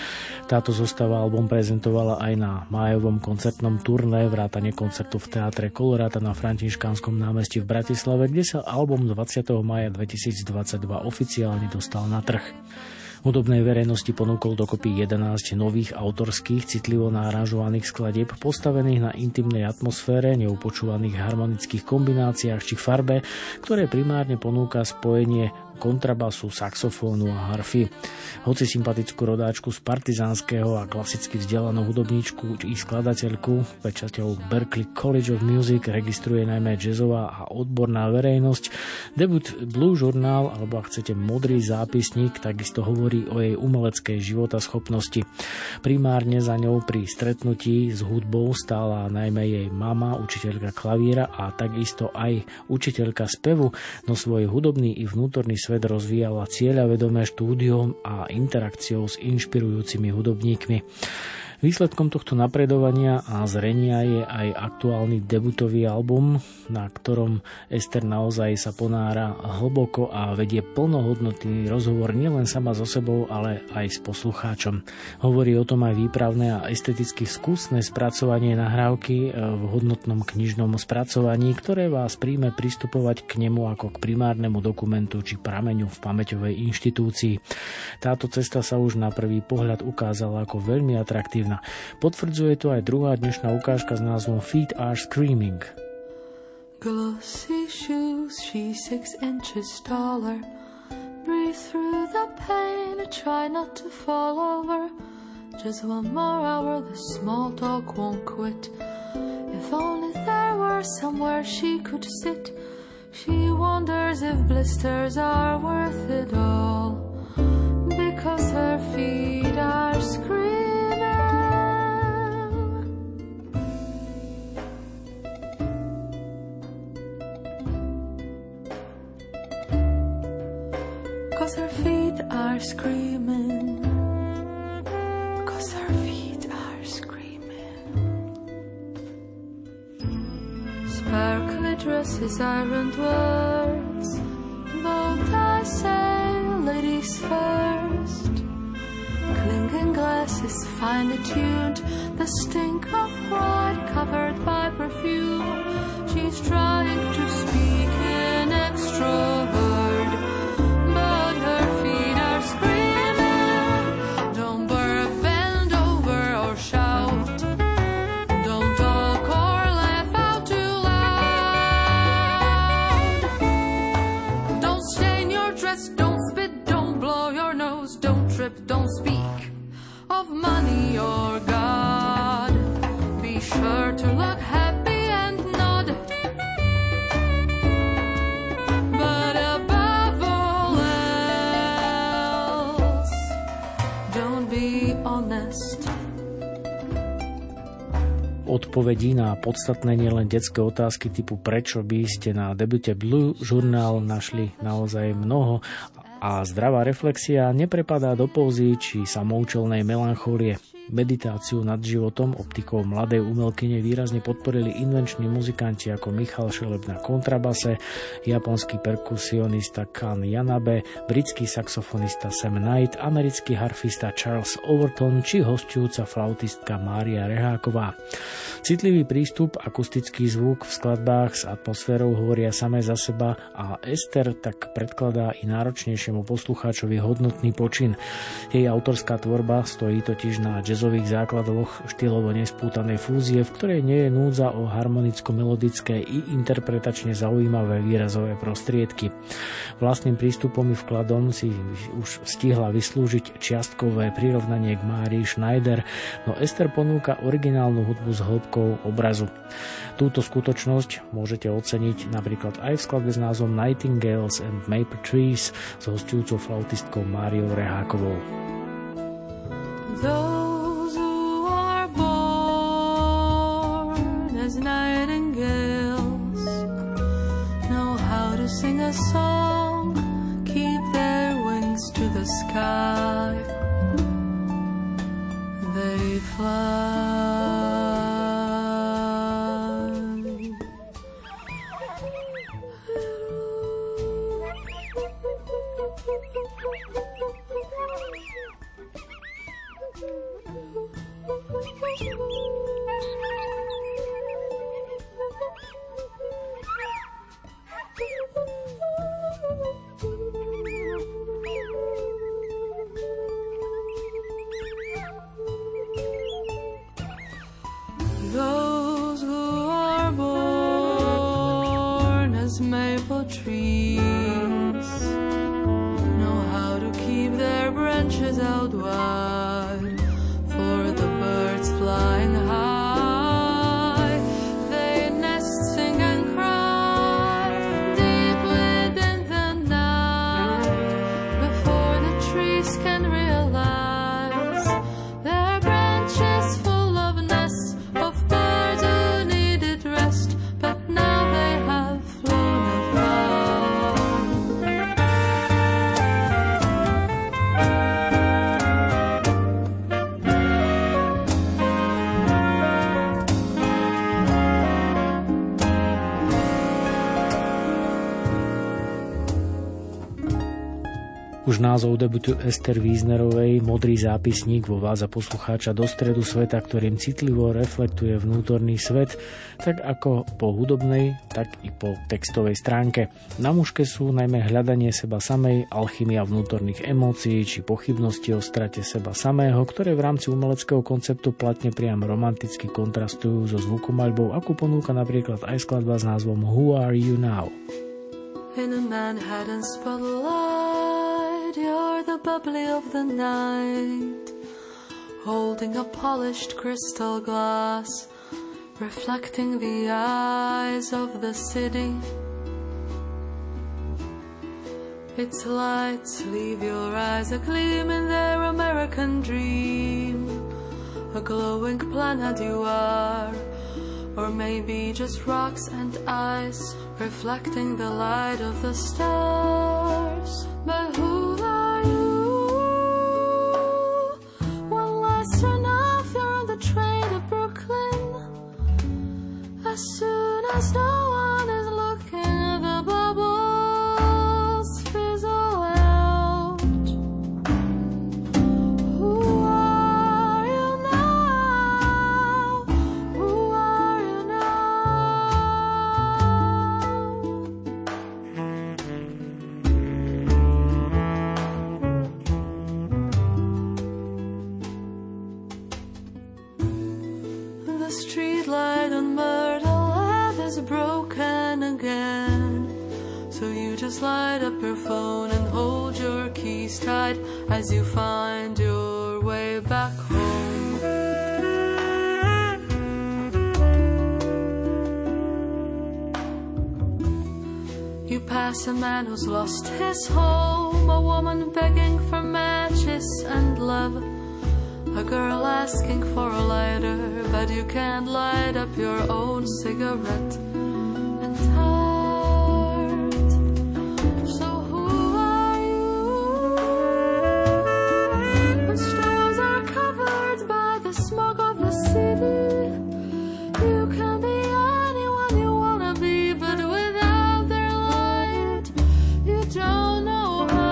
Táto zostava album prezentovala aj na májovom koncertnom turné vrátane koncertu v Teatre Koloráta na Františkánskom námestí v Bratislave, kde sa album dvadsiateho mája dvetisícdvadsaťdva oficiálne dostal na trh. Hudobnej verejnosti ponúkol dokopy jedenásť nových autorských, citlivo naaranžovaných skladieb, postavených na intimnej atmosfére, neupočúvaných harmonických kombináciách či farbe, ktoré primárne ponúka spojenie kontrabasu, saxofónu a harfy. Hoci sympatickú rodáčku z partizánskeho a klasicky vzdelanú hudobníčku i skladateľku pečaťou Berklee College of Music registruje najmä jazzová a odborná verejnosť, debut Blue Journal, alebo ak chcete Modrý zápisník, takisto hovorí o jej umeleckej životaschopnosti. Primárne za ňou pri stretnutí s hudbou stála najmä jej mama, učiteľka klavíra a takisto aj učiteľka spevu, no svoj hudobný i vnútorný svet rozvíjala cieľavedomé štúdiom a interakciou s inšpirujúcimi hudobníkmi. Výsledkom tohto napredovania a zrenia je aj aktuálny debutový album, na ktorom Ester naozaj sa ponára hlboko a vedie plnohodnotný rozhovor nielen sama so sebou, ale aj s poslucháčom. Hovorí o tom aj výpravné a esteticky vkusné spracovanie nahrávky v hodnotnom knižnom spracovaní, ktoré vás príjme pristupovať k nemu ako k primárnemu dokumentu či prameňu v pamäťovej inštitúcii. Táto cesta sa už na prvý pohľad ukázala ako veľmi atraktívna. Potvrdzuje to aj druhá dnešná ukážka s názvom Feet Are Screaming. Glossy shoes, she's six inches taller. Breathe through the pain, try not to fall over. Just one more hour, the small talk won't quit. If only there were somewhere she could sit. She wonders if blisters are worth it all, because her feet are screaming. 'Cause her feet are screaming. 'Cause her feet are screaming. Sparkly dresses, ironed words, both I say ladies first. Clinking glasses, finely tuned, the stink of pride covered by perfume. She's trying to speak in extra word, but her feet are screaming. Don't bark, bend over or shout. Don't talk or laugh out too loud. Don't stain your dress, don't spit, don't blow your nose, don't trip, don't speak of money or God. Be sure to look happy and nod. But above all else, don't be honest. Odpovedí na podstatné nielen detské otázky typu prečo by ste na debute Blue Journal našli naozaj mnoho a zdravá reflexia neprepadá do pózy či samoučelnej melanchólie. Meditáciu nad životom optikou mladej umelkyne výrazne podporili invenční muzikanti ako Michal Šeleb na kontrabase, japonský perkusionista Kan Yanabe, britský saxofonista Sam Knight, americký harfista Charles Overton či hosťujúca flautistka Mária Reháková. Citlivý prístup, akustický zvuk v skladbách s atmosférou hovoria samé za seba a Ester tak predkladá i náročnejšiemu poslucháčovi hodnotný počin. Jej autorská tvorba stojí totiž na jazzových základoch štýlovo nespútanej fúzie, v ktorej nie je núdza o harmonicko-melodické i interpretačne zaujímavé výrazové prostriedky. Vlastným prístupom i vkladom si už stihla vyslúžiť čiastkové prirovnanie k Márii Schneider, no Ester ponúka originálnu hudbu s hĺbkou obrazu. Túto skutočnosť môžete oceniť napríklad aj v skladbe s názvom Nightingales and Maple Trees s hosťujúcou flautistkou Máriou Rehákovou. Those who are born as nightingales know how to sing a song, keep their wings to the sky. They fly. Those who are born as maple trees know how to keep their branches out wide for the birds flying high. They nest, sing and cry deep within the night before the trees can realize their branches full of nests of birds who needed rest, but now they have flown afar. Už názov debutu Ester Wiesnerovej Modrý zápisník vovádza poslucháča do stredu sveta, ktorým citlivo reflektuje vnútorný svet, tak ako po hudobnej, tak i po textovej stránke. Na mužke sú najmä hľadanie seba samej, alchymia vnútorných emócií či pochybnosti o strate seba samého, ktoré v rámci umeleckého konceptu platne priam romanticky kontrastujú so zvukomaľbou, akú ponúka napríklad aj skladba s názvom Who Are You Now? In a Manhattan spotlight, you're the bubbly of the night, holding a polished crystal glass, reflecting the eyes of the city. Its lights leave your eyes agleam in their American dream, a glowing planet you are, or maybe just rocks and ice, reflecting the light of the stars. But who are you? When lights turn off, you're on the train to Brooklyn. As soon as no one is looking, the bubbles fizzle out. Who are you now? Who are you The street light on Myrtle Ave is broken again, so you just light up your phone and hold your keys tight as you find your way back home. You pass a man who's lost his home, a woman begging for matches and love, a girl asking for a lighter, but you can't light up your own cigarette. And heart, so who are you? When stores are covered by the smoke of the city, you can be anyone you wanna be, but without their light, you don't know how.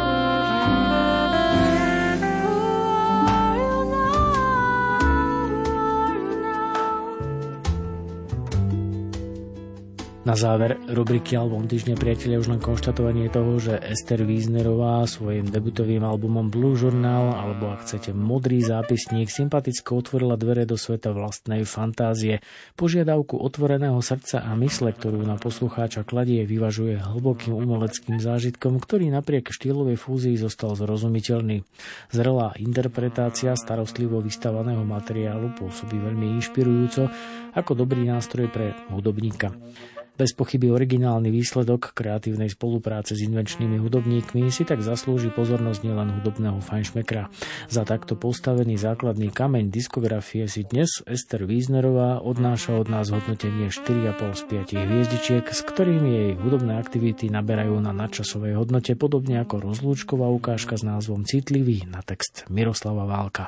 Na záver rubriky Album týždňa, priatelia, už len konštatovanie toho, že Ester Wiesnerová svojim debutovým albumom Blue Journal, alebo ak chcete Modrý zápisník, sympaticko otvorila dvere do sveta vlastnej fantázie. Požiadavku otvoreného srdca a mysle, ktorú na poslucháča kladie, vyvažuje hlbokým umeleckým zážitkom, ktorý napriek štýlovej fúzii zostal zrozumiteľný. Zrelá interpretácia starostlivo vystavaného materiálu pôsobí veľmi inšpirujúco ako dobrý nástroj pre hudobníka. Bez pochyby originálny výsledok kreatívnej spolupráce s invenčnými hudobníkmi si tak zaslúži pozornosť nielen hudobného fajnšmekra. Za takto postavený základný kameň diskografie si dnes Ester Wiesnerová odnáša od nás hodnotenie štyri a pol z piatich hviezdičiek, s ktorými jej hudobné aktivity naberajú na nadčasovej hodnote, podobne ako rozlúčková ukážka s názvom Citlivý na text Miroslava Válka.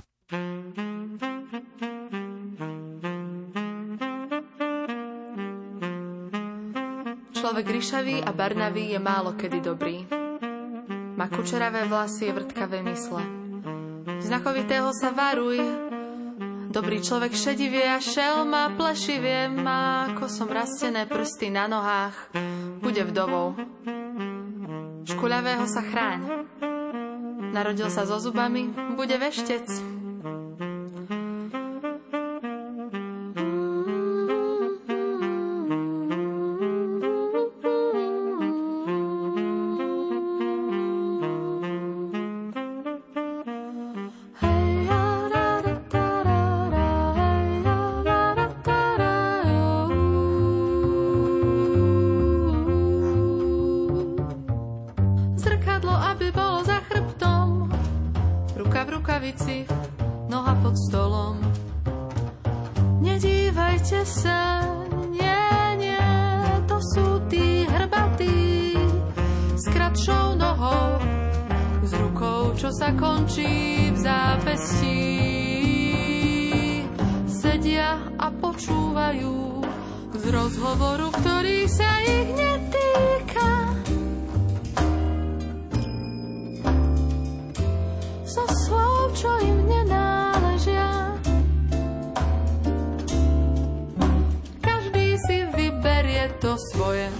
Človek ryšavý a barnavý je málo kedy dobrý. Má kučeravé vlasy a vrtkavé mysle. Znakovitého sa varuj, Dobrý človek šedivie a šelma plešivie má kosom rastené prsty na nohách. Bude vdovou. Škuľavého sa chráň. Narodil sa so zubami, bude veštec. Noha pod stolom. Nedívajte sa, nie, nie, to sú tí hrbatí s kratšou nohou, s rukou, čo sa končí v zápestí. Sedia a počúvajú z rozhovoru, ktorý sa ich netýka. So slov, čo im nenáležia. Každý si vyberie to svoje.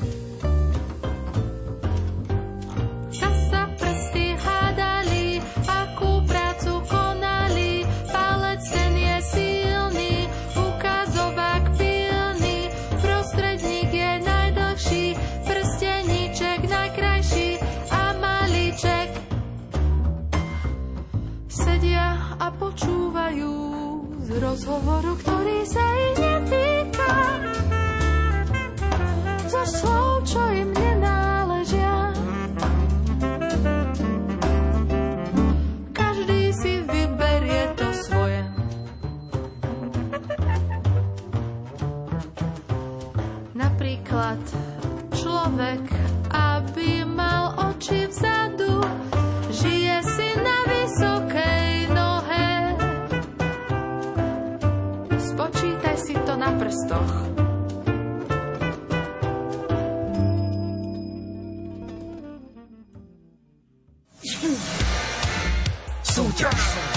Čas sa prsty hádali, akú prácu konali. Palec ten je silný, ukazovák pilný. Prostredník je najdlhší, prsteníček najkrajší a malíček. Sedia a počúvajú z rozhovoru, ktorý sa ich netýka. Zo slov, čo im nenáležia. Každý si vyberie to svoje. Napríklad človek, aby mal oči vzadu, žije si na vysokej nohe. Spočítaj si to na prstoch. Súťaž.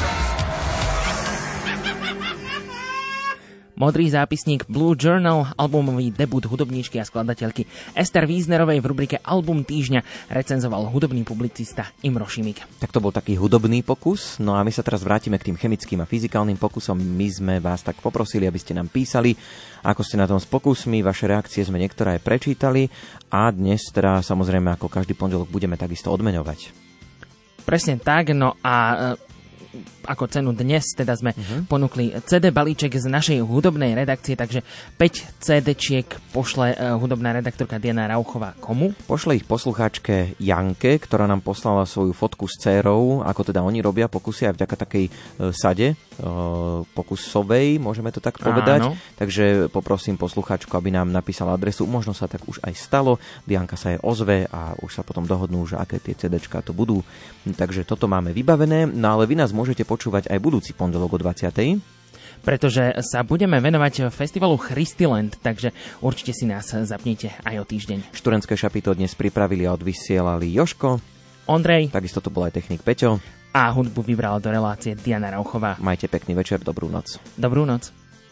Modrý zápisník Blue Journal, albumový debut hudobníčky a skladateľky Ester Wiesnerovej v rubrike Album týždňa recenzoval hudobný publicista Imro Šimik. Tak to bol taký hudobný pokus, no a my sa teraz vrátime k tým chemickým a fyzikálnym pokusom. My sme vás tak poprosili, aby ste nám písali, ako ste na tom s pokusmi, vaše reakcie sme niektoré aj prečítali a dnes teda samozrejme ako každý pondelok budeme takisto odmeňovať. Presne tak, no a ako cenu dnes teda sme uh-huh. ponúkli cé dé balíček z našej hudobnej redakcie, takže päť cé déčiek pošle uh, hudobná redaktorka Diana Rauchová komu? Pošle ich poslucháčke Janke, ktorá nám poslala svoju fotku s dcérou, ako teda oni robia pokusy aj vďaka takej uh, sade uh, pokusovej, môžeme to tak povedať. Áno. Takže poprosím poslucháčku, aby nám napísala adresu, možno sa tak už aj stalo, Dianka sa jej ozve a už sa potom dohodnú, že aké tie cé déčka to budú. Takže toto máme vybavené, no ale vy nás môžete počúvať aj budúci pondelok o dvadsiatej Pretože sa budeme venovať festivalu Christyland, takže určite si nás zapnite aj o týždeň. Študentské šapito dnes pripravili a odvysielali Joško, Ondrej, takisto to bol aj technik Peťo a hudbu vybrala do relácie Diana Rauchová. Majte pekný večer, dobrú noc. Dobrú noc.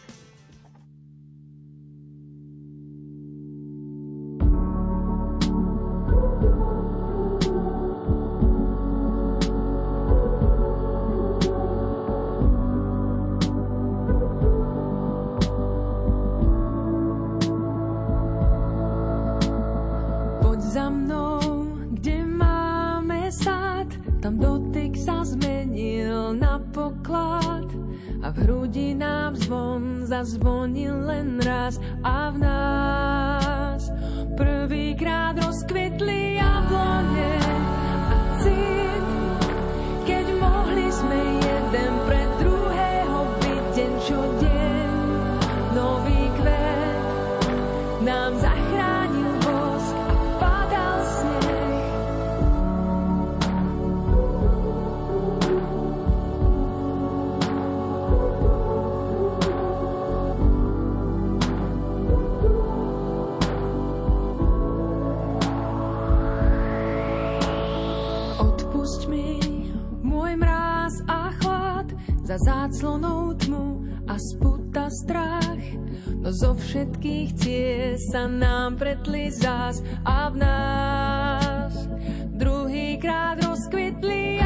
Za mnou, kde máme sád, tam dotyk sa zmenil na poklad a v hrudi nám zvon zazvonil len raz a v nás prvýkrát rozkvetli jablone a cít, keď mohli sme jeden pre druhého byť deň čo deň. Nový kvet nám zachránil bosk a padal sneh. Odpusť mi môj mráz a chlad, za záclonou tmu a spúta strach. No zo všetkých ciest sa nám pretli zás a v nás druhýkrát rozkvitli